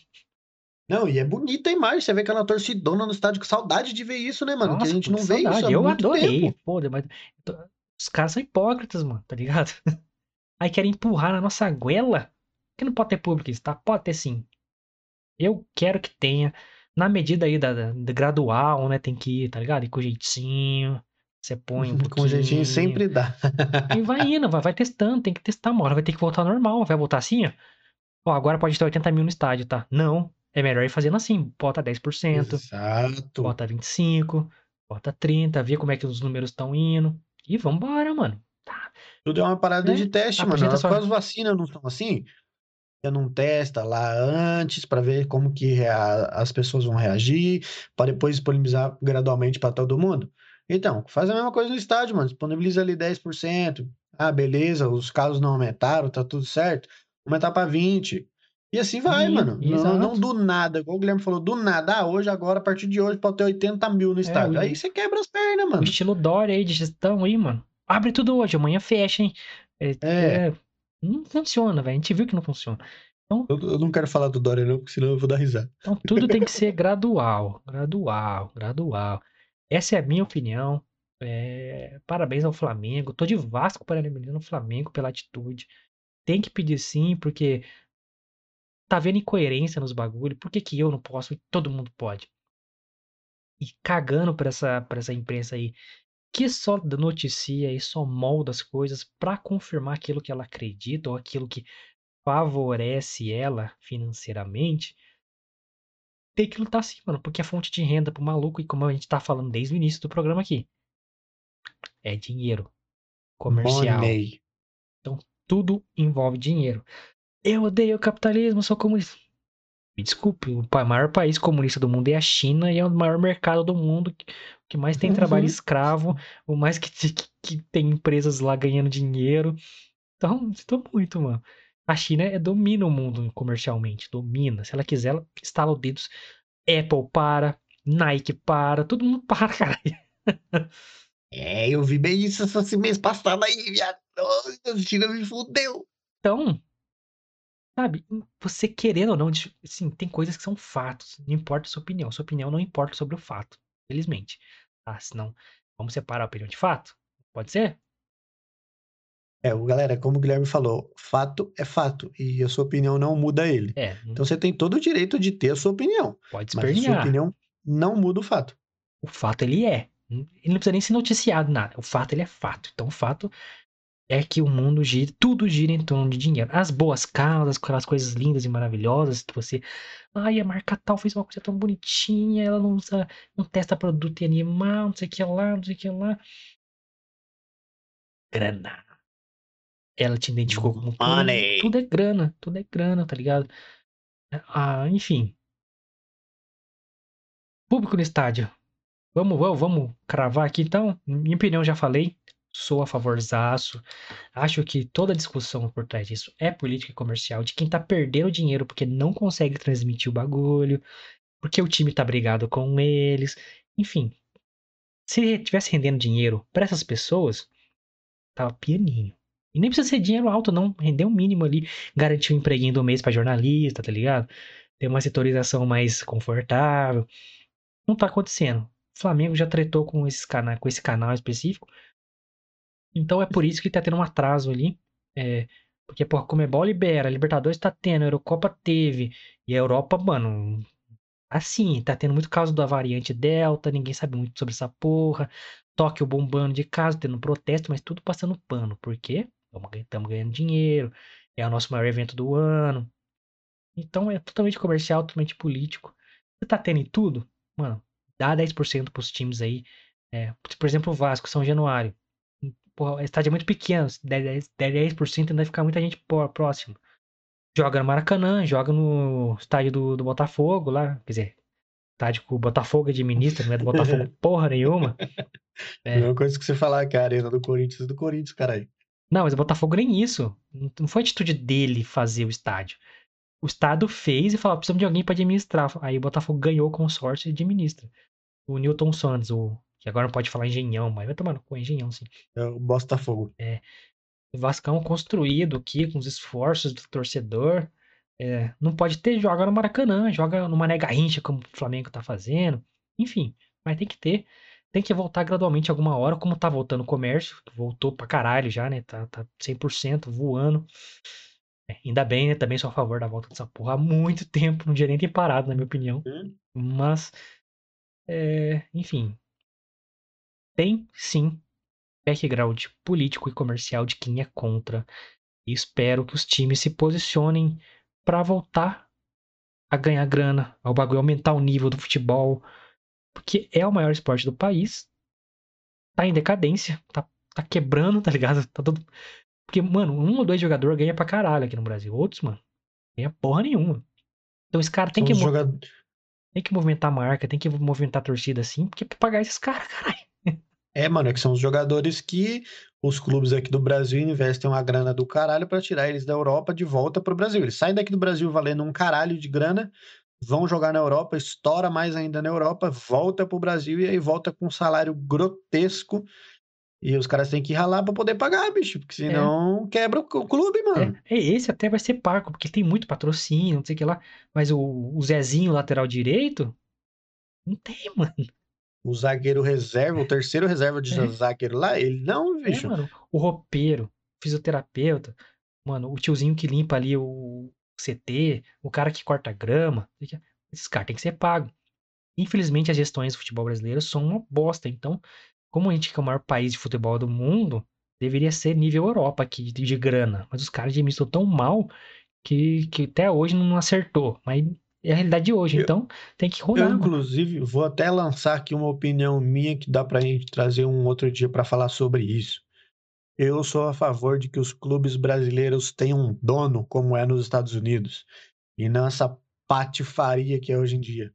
Não, e é bonita a imagem. Você vê aquela torcidona no estádio com saudade de ver isso, né, mano? Que a Nossa, gente muita não vê isso há saudade. Eu muito adorei. tempo. Pô, mas tô- os caras são hipócritas, mano, tá ligado? Aí querem empurrar na nossa goela. Que não pode ter público isso, tá? Pode ter sim. Eu quero que tenha. Na medida aí da, da- da gradual, né? Tem que ir, tá ligado? E com jeitinho. Você põe um Com jeitinho pouquinho. sempre dá. E vai indo, vai, vai testando, tem que testar uma hora, vai ter que voltar ao normal, vai voltar assim, ó. Ó, agora pode ter oitenta mil no estádio, tá? Não, é melhor ir fazendo assim, bota dez por cento, Exato. bota vinte e cinco, bota trinta, vê como é que os números estão indo. E vambora, mano. Tá, Tudo é uma parada de é, teste, apresenta mano. só. Com as vacinas não são assim? Você não testa lá antes para ver como que rea- as pessoas vão reagir, para depois disponibilizar gradualmente para todo mundo. Então, faz a mesma coisa no estádio, mano. Disponibiliza ali dez por cento. Ah, beleza, os casos não aumentaram, tá tudo certo. Aumentar para vinte por cento. E assim vai, E indo, mano. Não, não, não exato. do nada, igual o Guilherme falou, do nada. Ah, hoje, agora, a partir de hoje, pode ter oitenta mil no É, estádio. Aí o, você quebra as pernas, o mano. estilo Dória aí de gestão aí, mano. Abre tudo hoje, amanhã fecha, hein? É, É, é, não funciona, velho. A gente viu que não funciona. Então, eu, eu não quero falar do Dória, não, porque senão eu vou dar risada. Então tudo tem que ser gradual, gradual, gradual. Essa é a minha opinião. É, parabéns ao Flamengo. Tô de Vasco parabenizando o Flamengo pela atitude. Tem que pedir sim, porque tá vendo incoerência nos bagulho. Por que que eu não posso e todo mundo pode? E cagando pra essa, pra essa imprensa aí, que só noticia e só molda as coisas pra confirmar aquilo que ela acredita ou aquilo que favorece ela financeiramente. Tem que lutar sim, mano, porque é fonte de renda pro maluco e como a gente tá falando desde o início do programa aqui, é dinheiro comercial. Money. Então tudo envolve dinheiro. Eu odeio o capitalismo, sou comunista. Me desculpe, o pa- maior país comunista do mundo é a China e é o maior mercado do mundo, que que mais tem trabalho Uhum. escravo, o mais que, que, que tem empresas lá ganhando dinheiro. Então, estou muito, mano. A China é, domina o mundo comercialmente, domina. Se ela quiser, ela estala os dedos. Apple para, Nike para, todo mundo para, cara. É, eu vi bem isso esse mês passado aí, viado. Nossa, o China me fudeu. Então, sabe, você querendo ou não, de- assim, tem coisas que são fatos. Não importa a sua opinião. Sua opinião não importa sobre o fato, felizmente. Ah, senão, vamos separar a opinião de fato? Pode ser? É, o galera, como o Guilherme falou, fato é fato e a sua opinião não muda ele. É, Então não você tem todo o direito de ter a sua opinião, pode mas a sua espernear. opinião não muda o fato. O fato ele é. Ele não precisa nem ser noticiado nada. O fato ele é fato. Então, o fato é que o mundo gira, tudo gira em torno de dinheiro. As boas causas, aquelas coisas lindas e maravilhosas que você. Ai, a marca tal fez uma coisa tão bonitinha, ela não usa, não testa produto em animal, não sei o que lá, não sei o que lá. Grana. Ela te identificou como público. Money. Tudo é grana, tudo é grana, tá ligado? Ah, enfim. Público no estádio. Vamos, vamos, vamos cravar aqui então. Minha opinião já falei. Sou a favorzaço. Acho que toda a discussão por trás disso é política comercial de quem tá perdendo dinheiro porque não consegue transmitir o bagulho, porque o time tá brigado com eles. Enfim, se tivesse rendendo dinheiro para essas pessoas, tava pianinho. E nem precisa ser dinheiro alto, não. Render um mínimo ali, garantir um empreguinho do mês pra jornalista, tá ligado? Ter uma setorização mais confortável. Não tá acontecendo. O Flamengo já tretou com esse canal, com esse canal específico. Então é por isso que tá tendo um atraso ali. É, porque, porra, Comebol libera, Libertadores tá tendo, a Eurocopa teve. E a Europa, mano, assim, tá tendo muito caso da variante Delta, ninguém sabe muito sobre essa porra. Tóquio bombando de caso, tendo protesto, mas tudo passando pano. Por quê? Estamos ganhando dinheiro, é o nosso maior evento do ano. Então é totalmente comercial, totalmente político. Você tá tendo em tudo? Mano, dá dez por cento pros times aí. É, por exemplo, o Vasco, São Januário. Porra, o estádio é muito pequeno, dez, dez por cento ainda vai ficar muita gente próximo. Joga no Maracanã, joga no estádio do, do Botafogo lá. Quer dizer, estádio que o Botafogo administra, não é do Botafogo porra nenhuma. É. Mesma coisa que você falar que a arena do Corinthians é do Corinthians, caralho. Não, mas o Botafogo nem isso. Não foi atitude dele fazer o estádio. O Estado fez e falou: precisamos de alguém para administrar. Aí o Botafogo ganhou o consórcio e administra. O Newton Santos, o, que agora não pode falar engenhão, mas vai tomar no cu, é engenhão, sim. É o Botafogo. É, o Vascão construído aqui com os esforços do torcedor. É, não pode ter, joga no Maracanã, joga no Mané Garrincha, como o Flamengo tá fazendo. Enfim, mas tem que ter. Tem que voltar gradualmente alguma hora, como tá voltando o comércio, que voltou pra caralho já, né? Tá, tá cem por cento voando. É, ainda bem, né? Também sou a favor da volta dessa porra há muito tempo, não devia nem ter parado, na minha opinião. Hum? Mas, é, enfim, tem sim background político e comercial de quem é contra. E espero que os times se posicionem pra voltar a ganhar grana, ao bagulho aumentar o nível do futebol, porque é o maior esporte do país, tá em decadência, tá, tá quebrando, tá ligado? Tá todo... Porque, mano, um ou dois jogadores ganha pra caralho aqui no Brasil. Outros, mano, ganha porra nenhuma. Então esse cara tem São que, os mo- jogadores. tem que movimentar a marca, tem que movimentar a torcida assim, porque é pra pagar esses caras, caralho. É, mano, é que são os jogadores que os clubes aqui do Brasil investem uma grana do caralho pra tirar eles da Europa de volta pro Brasil. Eles saem daqui do Brasil valendo um caralho de grana, vão jogar na Europa, estoura mais ainda na Europa, volta pro Brasil e aí volta com um salário grotesco. E os caras têm que ralar pra poder pagar, bicho, porque É, senão quebra o o clube, é, mano. é, esse até vai ser pago, porque tem muito patrocínio, não sei o que lá. Mas o, o Zezinho, lateral direito, não tem, mano. O zagueiro reserva, o terceiro reserva de É, zagueiro lá, ele não, é, bicho. mano. O roupeiro, fisioterapeuta, mano, o tiozinho que limpa ali o C T, o cara que corta grama, esses caras têm que ser pagos. Infelizmente, as gestões do futebol brasileiro são uma bosta. Então, como a gente que é o maior país de futebol do mundo, deveria ser nível Europa aqui de, de grana. Mas os caras administram tão mal que, que até hoje não acertou. Mas é a realidade de hoje. Eu, Então, tem que eu, rodar, mano. inclusive, vou até lançar aqui uma opinião minha que dá pra gente trazer um outro dia pra falar sobre isso. Eu sou a favor de que os clubes brasileiros tenham um dono, como é nos Estados Unidos, e não essa patifaria que é hoje em dia.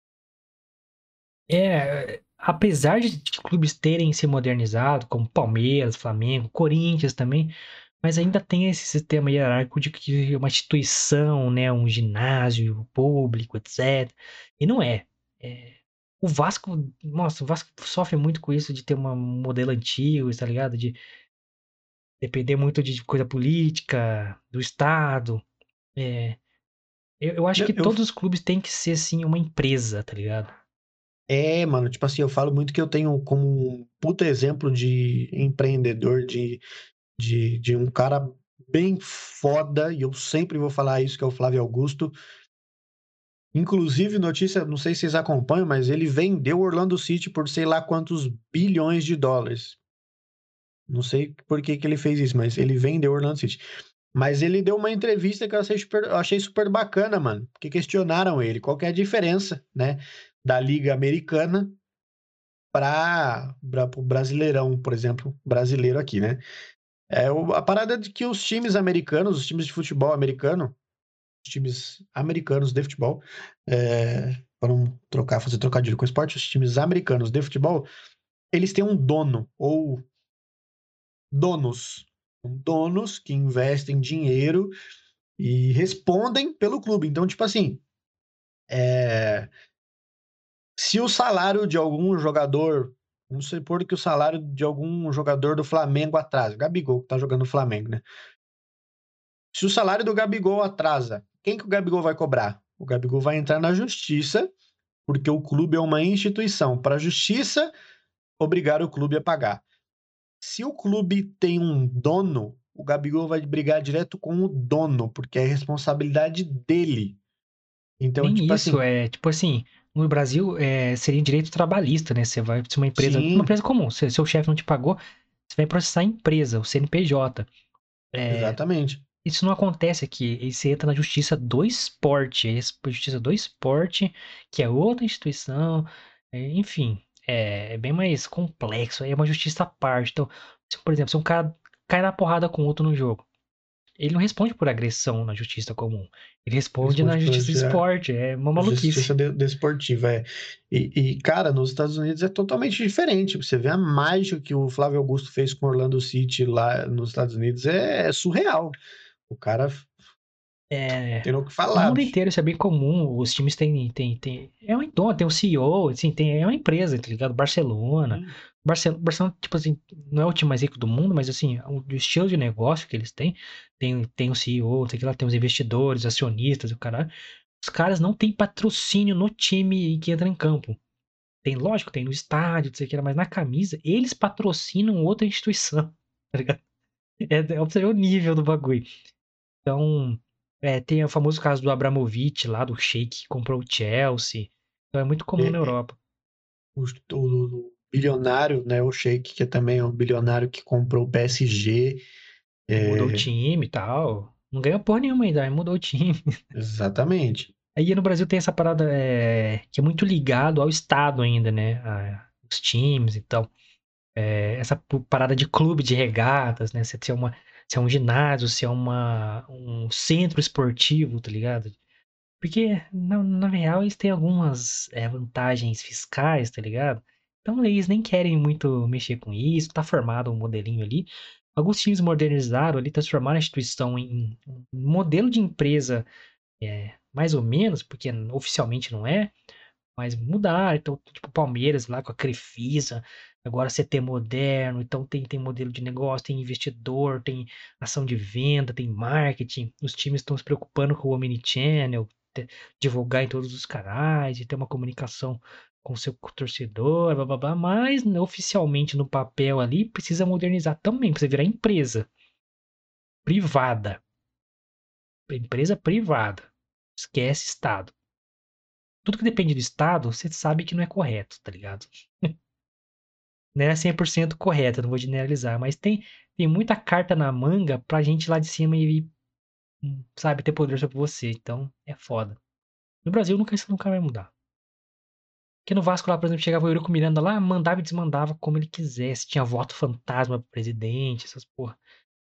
É, apesar de de clubes terem se modernizado, como Palmeiras, Flamengo, Corinthians também, mas ainda tem esse sistema hierárquico de que uma instituição, né, um ginásio público, etcétera. E não é. É, o Vasco, nossa, o Vasco sofre muito com isso de ter um modelo antigo, tá ligado? De depender muito de coisa política, do Estado. É, eu, eu acho Eu, que eu- todos os clubes têm que ser, assim, uma empresa, tá ligado? é, mano, tipo assim, eu falo muito que eu tenho como um puta exemplo de empreendedor, de, de, de um cara bem foda, e eu sempre vou falar isso, que é o Flávio Augusto. Inclusive, notícia, não sei se vocês acompanham, mas ele vendeu o Orlando City por sei lá quantos bilhões de dólares. Não sei por que que ele fez isso, mas ele vendeu o Orlando City. Mas ele deu uma entrevista que eu achei super, eu achei super bacana, mano. Porque questionaram ele qual que é a diferença, né, da Liga Americana para o Brasileirão, por exemplo, brasileiro aqui, né? É o- a parada de que os times americanos, os times de futebol americano, os times americanos de futebol, é, para não trocar, fazer trocadilho com esporte, os times americanos de futebol, eles têm um dono ou donos, donos que investem dinheiro e respondem pelo clube. Então, tipo assim, é, se o salário de algum jogador Vamos supor que o salário de algum jogador do Flamengo atrasa. Gabigol, que tá jogando no Flamengo, né? Se o salário do Gabigol atrasa, quem que o Gabigol vai cobrar? O Gabigol vai entrar na justiça, porque o clube é uma instituição. Para a justiça obrigar o clube a pagar. Se o clube tem um dono, o Gabigol vai brigar direto com o dono, porque é responsabilidade dele. Então, Nem tipo isso, assim, é tipo assim, no Brasil é, seria direito trabalhista, né? Você vai ser uma empresa, uma sim, empresa comum, se seu chefe não te pagou, você vai processar a empresa, o C N P J. É, exatamente. isso não acontece aqui, aí você entra na justiça do esporte, é a justiça do esporte, que é outra instituição, é, enfim, é, é bem mais complexo, aí é uma justiça à parte. Então, se, por exemplo, se um cara cai na porrada com outro no jogo, ele não responde por agressão na justiça comum. Ele responde Responde na pela justiça do justiça, esporte. É uma justiça maluquice. de- desportiva. É. E, e, cara, nos Estados Unidos é totalmente diferente. Você vê a mágica que o Flávio Augusto fez com o Orlando City lá nos Estados Unidos é, é surreal. O cara É, tem o que no falar, mundo bicho. inteiro isso é bem comum. Os times têm, têm, têm, é um dono, tem um C E O, assim, tem, é uma empresa, tá ligado? Barcelona. Sim. Barcelona, Barcelona, tipo assim, não é o time mais rico do mundo, mas assim, o, o estilo de negócio que eles têm, tem, tem o C E O, tem que lá, tem os investidores, acionistas, o caralho. Os caras não têm patrocínio no time que entra em campo. Tem, lógico, tem no estádio, não sei o que, lá, mas na camisa, eles patrocinam outra instituição, tá ligado? É, é pra você ver o nível do bagulho. Então, é, tem o famoso caso do Abramovich lá, do Sheik, que comprou o Chelsea. Então é muito comum na É, é, Europa. o, o bilionário, né, o Sheik, que é também um bilionário que comprou o P S G. E mudou o É, time e tal. Não ganhou porra nenhuma ainda, mas mudou o time. exatamente. Aí no Brasil tem essa parada é, que é muito ligado ao Estado ainda, né? A- os times e tal. É, essa pu- parada de clube de regatas, né? Se é uma, se é um ginásio, se é uma, um centro esportivo, tá ligado? Porque, na, na real, eles têm algumas é, vantagens fiscais, tá ligado? Então, eles nem querem muito mexer com isso, tá formado um modelinho ali. Alguns times modernizaram ali, transformaram a instituição em um modelo de empresa, é, mais ou menos, porque oficialmente não é, mas mudaram. Então, tipo, Palmeiras lá com a Crefisa, agora C T moderno, então tem, tem modelo de negócio, tem investidor, tem ação de venda, tem marketing. Os times estão se preocupando com o Omnichannel, te- divulgar em todos os canais, e ter uma comunicação com o seu torcedor, blá, blá, blá, mas né, oficialmente no papel ali precisa modernizar também, precisa virar empresa privada. Empresa privada. Esquece Estado. Tudo que depende do Estado, você sabe que não é correto, tá ligado? Não é cem por cento correta, não vou generalizar, mas tem, tem muita carta na manga pra gente lá de cima e, hum, sabe, ter poder sobre você. Então, é foda. No Brasil, nunca, isso nunca vai mudar. Porque no Vasco lá, por exemplo, chegava o Eurico Miranda lá, mandava e desmandava como ele quisesse. Tinha voto fantasma pro presidente, essas porra.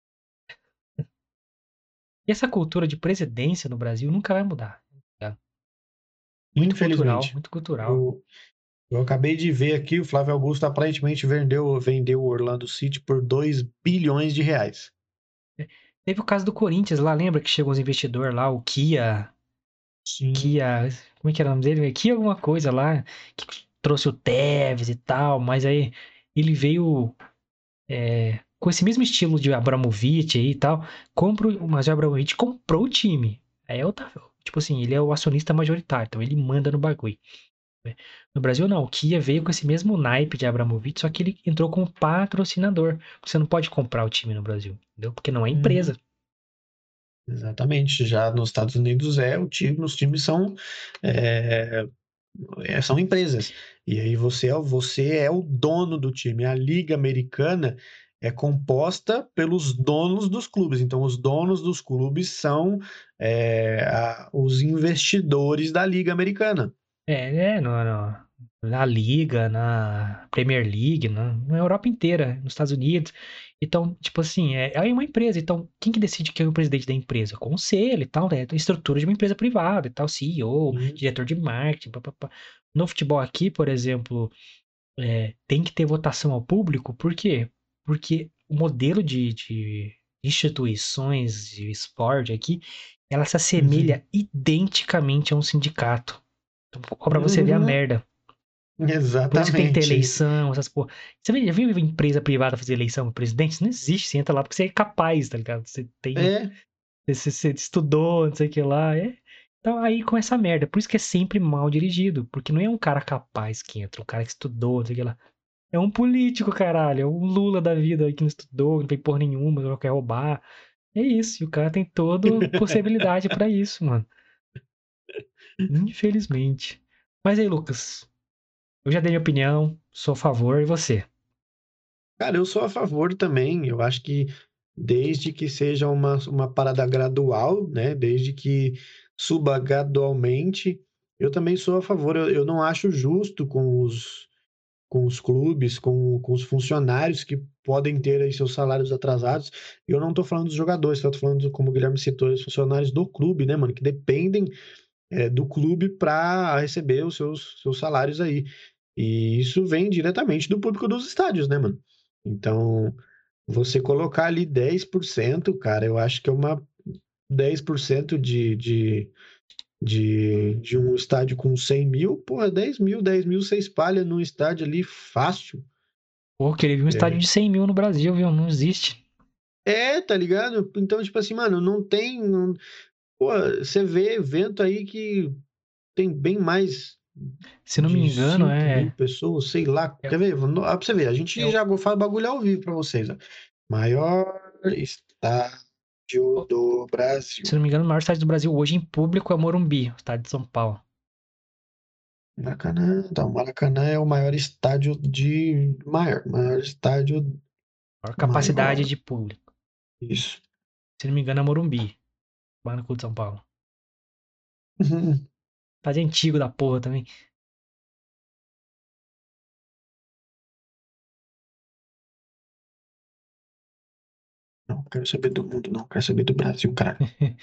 E essa cultura de presidência no Brasil nunca vai mudar. Tá? Muito cultural, Infelizmente. muito cultural. Eu, eu acabei de ver aqui, o Flávio Augusto aparentemente vendeu, vendeu o Orlando City por dois bilhões de reais. Teve o caso do Corinthians lá, lembra que chegou os investidores lá, o Kia, Sim. Kia, como é que era o nome dele? Kia alguma coisa lá, que trouxe o Tevez e tal, mas aí ele veio é, com esse mesmo estilo de Abramovich aí e tal, compra, o- mas o Abramovich comprou o time. Aí é outra, tipo assim, ele é o acionista majoritário, então ele manda no bagulho. Né? No Brasil não, o Kia veio com esse mesmo naipe de Abramovich, só que ele entrou como patrocinador. Você não pode comprar o time no Brasil, entendeu? Porque não é empresa. Uhum. Exatamente. Já nos Estados Unidos é o time, os times são, é, é, são empresas. E aí você é, o- você é o dono do time. A Liga Americana é composta pelos donos dos clubes. Então, os donos dos clubes são é, a- os investidores da Liga Americana. É, é no, no- na Liga, na Premier League, na, na Europa inteira, nos Estados Unidos. Então, tipo assim, é, é uma empresa. Então, quem que decide quem é o presidente da empresa? Conselho e tal, né? Estrutura de uma empresa privada e tal, C E O, Sim. diretor de marketing, papapá. No futebol aqui, por exemplo, é, tem que ter votação ao público, por quê? Porque o modelo de, de instituições de esporte aqui, ela se assemelha identicamente a um sindicato. Então, ó, pra você ver a merda. Por isso que tem que ter Exatamente. eleição, essas porra. Você vê- já viu empresa privada fazer eleição pro presidente? Isso não existe. Você entra lá porque você é capaz, tá ligado? Você tem. É, Você, você estudou, não sei o que lá. É. Então aí começa a merda. Por isso que é sempre mal dirigido. Porque não é um cara capaz que entra, um cara que estudou, não sei o que lá. É um político, caralho. É um Lula da vida aí que não estudou, não tem porra nenhuma, só quer roubar. É isso. E o cara tem toda possibilidade pra isso, mano. Infelizmente. Mas aí, Lucas, eu já dei minha opinião, sou a favor, e você? cara, eu sou a favor também. Eu acho que desde que seja uma, uma parada gradual, né? Desde que suba gradualmente, eu também sou a favor. Eu, eu não acho justo com os, com os clubes, com, com os funcionários que podem ter aí seus salários atrasados. Eu não tô falando dos jogadores, eu tô falando, como o Guilherme citou, os funcionários do clube, né, mano? Que dependem, é, do clube para receber os seus, seus salários aí. E isso vem diretamente do público dos estádios, né, mano? Então, você colocar ali dez por cento, cara, eu acho que é uma dez por cento de, de, de, de um estádio com cem mil, porra, dez mil, dez mil você espalha num estádio ali fácil. Pô, eu queria ver um estádio É, de cem mil no Brasil, viu? Não existe. é, tá ligado? Então, tipo assim, mano, não tem. Não... Pô, você vê evento aí que tem bem mais Se não me de engano, cinco mil é. pessoas, sei lá. É, Quer ver? Vou- Pra você ver, a gente é já faz bagulho ao vivo pra vocês, ó. Maior estádio do se Brasil. não me engano, o maior estádio do Brasil hoje em público é o Morumbi, o estádio de São Paulo. Maracanã, então, Maracanã é o maior estádio de. Maior, maior estádio Maior capacidade maior. de público. Isso. Se não me engano, é Morumbi, Banco de São Paulo. Estádio antigo da porra também. Não quero saber do mundo, não quero saber do Brasil, cara.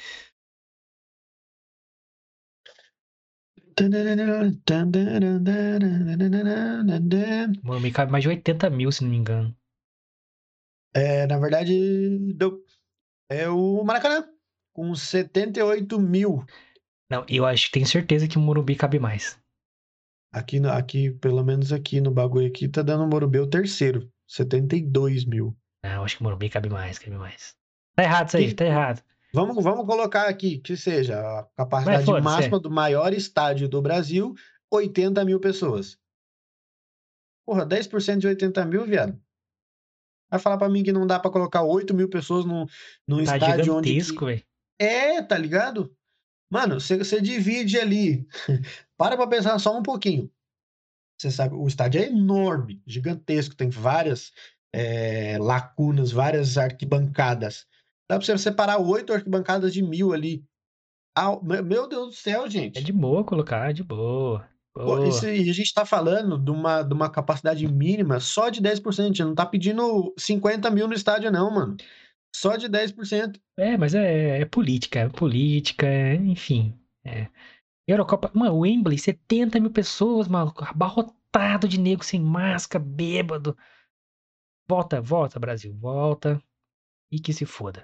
O Morumbi cabe mais de oitenta mil, se não me engano. É, na verdade, deu- é o Maracanã, com setenta e oito mil. Não, eu acho que tenho certeza que o Morumbi cabe mais. Aqui, no- aqui, pelo menos aqui no bagulho aqui, tá dando o Morumbi o terceiro, setenta e dois mil. Não, eu acho que o Morumbi cabe mais, cabe mais. Tá errado isso aí, Que, tá errado. vamos, vamos colocar aqui que seja a Mas capacidade foda-se, máxima é. do maior estádio do Brasil, oitenta mil pessoas. Porra, dez por cento de oitenta mil, viado. Vai falar pra mim que não dá pra colocar oito mil pessoas num, num Tá estádio onde que... gigantesco, velho. É, tá ligado? Mano, você, você divide ali. Para pra pensar só um pouquinho. Você sabe, o estádio é enorme, gigantesco, tem várias, é, lacunas, várias arquibancadas. Dá pra você separar oito arquibancadas de mil ali. Ah, me- meu Deus do céu, É gente. de boa colocar, de boa. Pô, isso, Boa. e a gente tá falando de uma, de uma capacidade mínima só de dez por cento. A gente não tá pedindo cinquenta mil no estádio, não, mano. Só de dez por cento. É, mas é, é política, é política, é, enfim. É. Eurocopa, mano, Wembley, setenta mil pessoas, maluco, abarrotado de nego sem máscara, bêbado. Volta, volta, Brasil, volta e que se foda.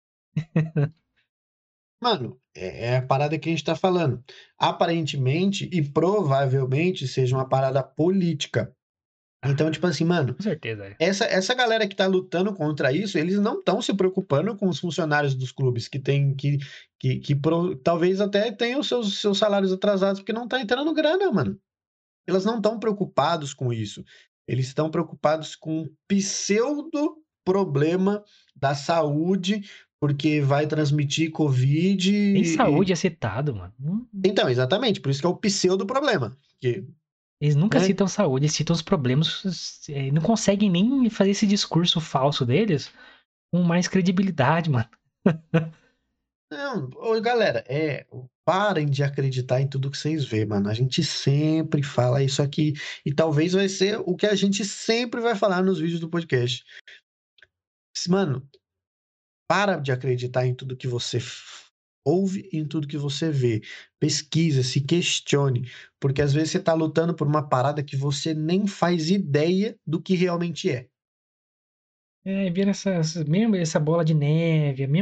Mano, é, é a parada que a gente tá falando. Aparentemente e provavelmente seja uma parada política. Então, Ah, tipo assim, mano, com certeza, é. essa, essa galera que tá lutando contra isso, eles não estão se preocupando com os funcionários dos clubes que tem que, que, que pro- talvez até tenham seus, seus salários atrasados porque não tá entrando grana, mano. Elas não estão preocupados com isso. Eles estão preocupados com o pseudo problema da saúde, porque vai transmitir Covid Nem e... saúde é citado, mano. Hum, Então, exatamente, por isso que é o pseudo problema. Que, Eles nunca né? citam saúde, eles citam os problemas, é, não conseguem nem fazer esse discurso falso deles com mais credibilidade, mano. Não, ô, galera, é, parem de acreditar em tudo que vocês vê, mano. A gente sempre fala isso aqui e talvez vai ser o que a gente sempre vai falar nos vídeos do podcast. Mano, para de acreditar em tudo que você f- ouve e em tudo que você vê. Pesquisa, se questione, porque às vezes você tá lutando por uma parada que você nem faz ideia do que realmente é. É, vira essa, essa, mesmo essa bola de neve, a mesma.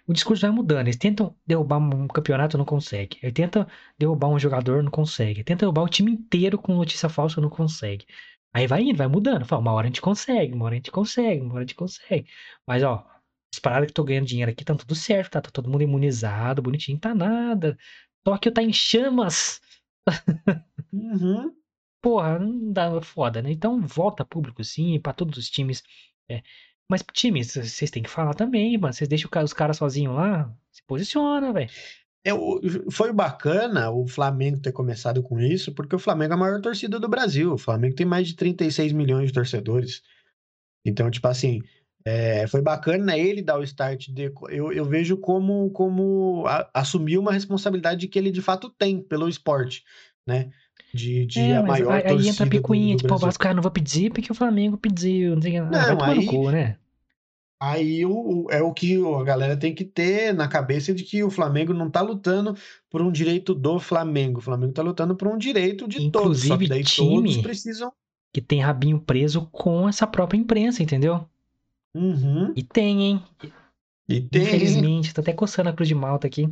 o discurso vai mudando. Eles tentam derrubar um campeonato, não consegue. Eles tentam derrubar um jogador, não consegue. Tenta derrubar o time inteiro com notícia falsa, não consegue. Aí vai indo, vai mudando. Fala, uma hora a gente consegue, uma hora a gente consegue, uma hora a gente consegue. Mas, ó, as paradas que tô ganhando dinheiro aqui, tá tudo certo, tá? Tá todo mundo imunizado, bonitinho, tá nada. Tóquio tá em chamas. Uhum. Porra, não dá foda, né? Então volta público sim, pra todos os times. É. Mas times, vocês têm que falar também, mano. Vocês deixam o ca- os caras sozinhos lá, se posiciona, velho. É, o- foi bacana o Flamengo ter começado com isso, porque o Flamengo é a maior torcida do Brasil. O Flamengo tem mais de trinta e seis milhões de torcedores. Então, tipo assim, é, foi bacana ele dar o start. De, eu, eu vejo como, como a- assumir uma responsabilidade que ele de fato tem pelo esporte, né? De, de É, a mas maior aí aí entra a torcida do, picuinha, do tipo, o Brasil. Vasco, ah, não vou pedir porque o Flamengo pediu, não sei o que. Ah, vai Não, tomar no aí, cu, né? aí o, o- é o que a galera tem que ter na cabeça de que o Flamengo não tá lutando por um direito do Flamengo. O Flamengo tá lutando por um direito de todos, só que Inclusive daí todos time precisam. que tem rabinho preso com essa própria imprensa, entendeu? Uhum. E tem, hein? E tem. Infelizmente, tô até coçando a Cruz de Malta aqui.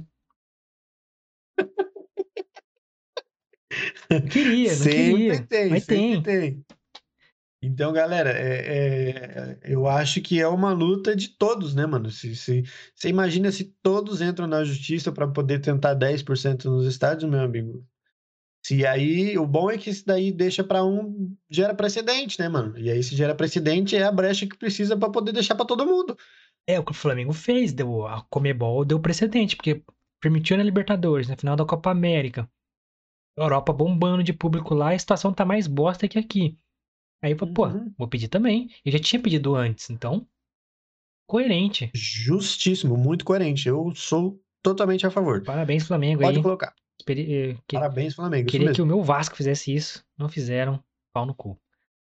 Não queria, não Sempre queria, tem, mas sempre tem. tem. Então, galera, é, é- eu acho que é uma luta de todos, né, mano? Se, se, você imagina se todos entram na justiça para poder tentar dez por cento nos estádios, meu amigo. Se aí, o bom é que isso daí deixa para um, gera precedente, né, mano? E aí, se gera precedente, é a brecha que precisa para poder deixar para todo mundo. É o que o Flamengo fez, deu, a Comebol deu precedente, porque permitiu na Libertadores, na final da Copa América. Europa bombando de público lá, a situação tá mais bosta que aqui. Aí, eu falei, pô, Uhum. vou pedir também. Eu já tinha pedido antes, então, coerente. Justíssimo, muito coerente. Eu sou totalmente a favor. Parabéns, Flamengo Pode aí. colocar. Esperi- eh, que- Parabéns, Flamengo, isso Queria que o mesmo. meu Vasco fizesse isso. Não fizeram. Pau no cu.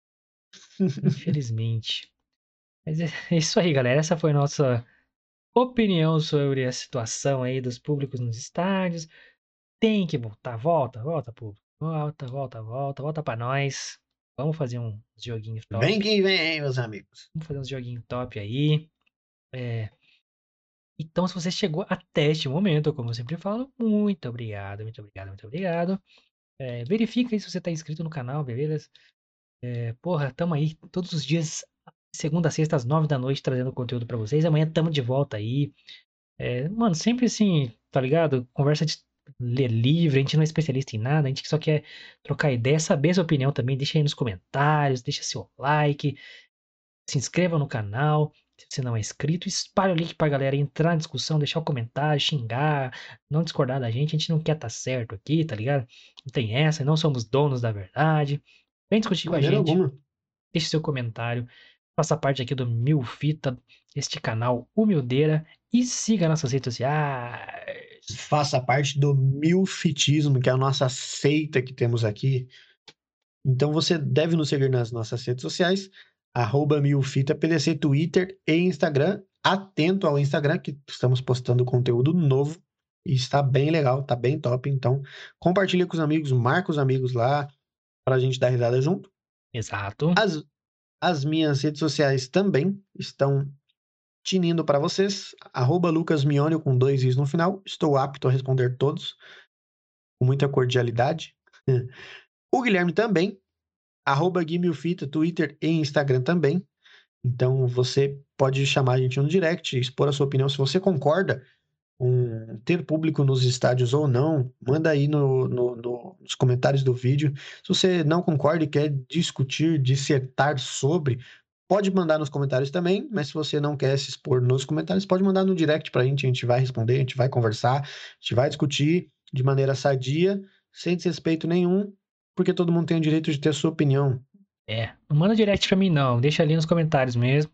Infelizmente. Mas é é isso aí, galera. Essa foi a nossa opinião sobre a situação aí dos públicos nos estádios. Tem que voltar. Volta, volta, público. Volta, volta, volta. Volta pra nós. Vamos fazer um joguinho Vem top. que vem, meus amigos. Vamos fazer um joguinho top aí. É, então, se você chegou até este momento, como eu sempre falo, muito obrigado, muito obrigado, muito obrigado. É, verifica aí se você está inscrito no canal, beleza? É, porra, tamo aí todos os dias, segunda a sexta, às nove da noite, trazendo conteúdo pra vocês. Amanhã tamo de volta aí. É, mano, sempre assim, tá ligado? Conversa de ler livre, a gente não é especialista em nada, a gente só quer trocar ideia, saber sua opinião também. Deixa aí nos comentários, deixa seu like, se inscreva no canal. Se você não é inscrito, espalhe o link pra galera entrar na discussão, deixar o comentário, xingar, não discordar da gente. A gente não quer estar certo aqui, tá ligado? Não tem essa, não somos donos da verdade. Vem discutir De com a maneira gente, alguma. deixe seu comentário, faça parte aqui do Mil Fita, este canal Humildeira, e siga nossas redes sociais. Faça parte do milfitismo, que é a nossa seita que temos aqui. Então você deve nos seguir nas nossas redes sociais, arroba milfitapdc, Twitter e Instagram. Atento ao Instagram, que estamos postando conteúdo novo e está bem legal, está bem top. Então compartilha com os amigos, marca os amigos lá para a gente dar risada junto. Exato. As, as minhas redes sociais também estão tinindo para vocês, arroba lucasmionio com dois i's no final. Estou apto a responder todos com muita cordialidade. O Guilherme também, arroba Guimilfita, Twitter e Instagram também. Então você pode chamar a gente no direct, expor a sua opinião. Se você concorda com ter público nos estádios ou não, manda aí no, no- no- nos comentários do vídeo. Se você não concorda e quer discutir, dissertar sobre, pode mandar nos comentários também. Mas se você não quer se expor nos comentários, pode mandar no direct pra gente. A gente vai responder, a gente vai conversar, a gente vai discutir de maneira sadia, sem desrespeito nenhum, porque todo mundo tem o direito de ter a sua opinião. É, não manda direct pra mim não, deixa ali nos comentários mesmo.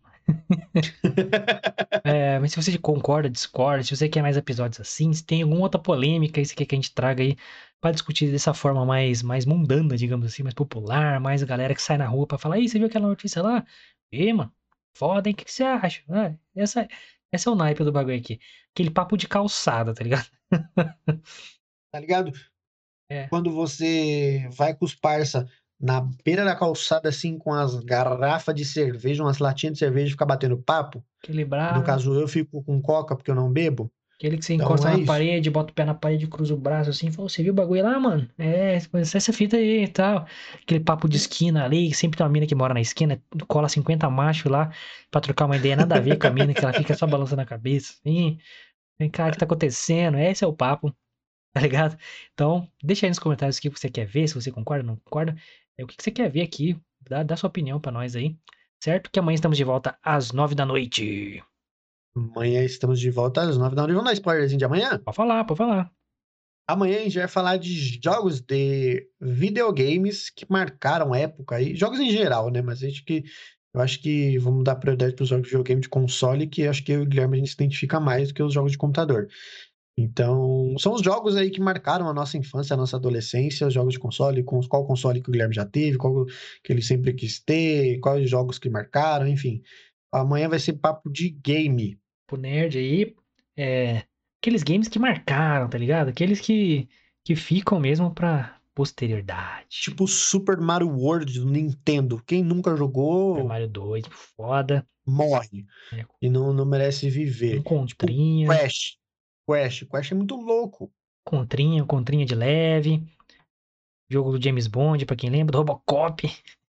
É, mas se você concorda, discorda, se você quer mais episódios assim, se tem alguma outra polêmica aí que você quer que a gente traga aí pra discutir dessa forma mais, mais mundana, digamos assim, mais popular, mais a galera que sai na rua pra falar, ei, você viu aquela notícia lá? Ê, mano, foda, hein? O que, que você acha? Ah, essa, essa é o naipe do bagulho aqui. Aquele papo de calçada, tá ligado? Tá ligado? É, Quando você vai com os parça na beira da calçada, assim, com as garrafas de cerveja, umas latinhas de cerveja, ficar batendo papo. Aquele E no bravo. caso, eu fico com coca porque eu não bebo. Aquele que você Então encosta é na isso. parede, bota o pé na parede, cruza o braço assim, e fala, você viu o bagulho lá, mano? É, conhece essa fita aí e tal. Aquele papo de esquina ali, sempre tem uma mina que mora na esquina, cola cinquenta machos lá pra trocar uma ideia, nada a ver com a mina, que ela fica só balançando a cabeça. Assim, vem cá, o que tá acontecendo? Esse é o papo, tá ligado? Então, deixa aí nos comentários o que você quer ver, se você concorda ou não concorda. É, o que que você quer ver aqui, dá, dá sua opinião pra nós aí, certo? Que amanhã estamos de volta às nove da noite. Amanhã estamos de volta às nove da noite. Vamos dar spoilerzinho de amanhã? Pode falar, pode falar. Amanhã a gente vai falar de jogos de videogames que marcaram época aí. Jogos em geral, né? Mas a gente que. Eu acho que vamos dar prioridade para os jogos de videogame de console, que eu acho que eu e o Guilherme a gente se identifica mais do que os jogos de computador. Então, são os jogos aí que marcaram a nossa infância, a nossa adolescência, os jogos de console, com qual console que o Guilherme já teve, qual que ele sempre quis ter, quais os jogos que marcaram, enfim. Amanhã vai ser papo de game. Pro nerd aí, é, aqueles games que marcaram, tá ligado? Aqueles que, que ficam mesmo pra posterioridade. Tipo Super Mario World do Nintendo. Quem nunca Super jogou, Mario dois, foda, morre né? e não, não merece viver. Tipo Encontrinha, Crash. Crash. Crash é muito louco. Contrinha, Contrinha de leve, jogo do James Bond, pra quem lembra, do Robocop.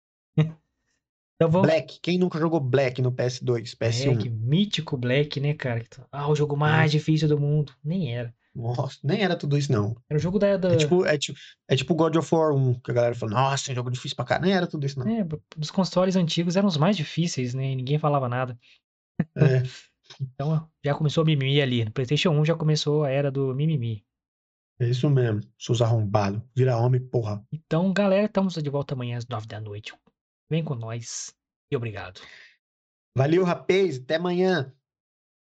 Então vamos, Black. Quem nunca jogou Black no P S dois, Black, P S um? mítico Black, né, cara? Ah, o jogo mais Nossa, difícil do mundo. Nem era. nossa, nem era tudo isso, não. Era o jogo da, É da tipo, é tipo, é tipo God of War um, que a galera fala, nossa, é um jogo difícil pra cá. Nem era tudo isso, não. é, dos consoles antigos eram os mais difíceis, né? E ninguém falava nada. É, Então já começou o mimimi ali. No PlayStation um já começou a era do mimimi. é isso mesmo. Seus arrombados. Vira homem, porra. Então, galera, estamos de volta amanhã às nove da noite. Vem com nós e obrigado. Valeu, rapaz. Até amanhã.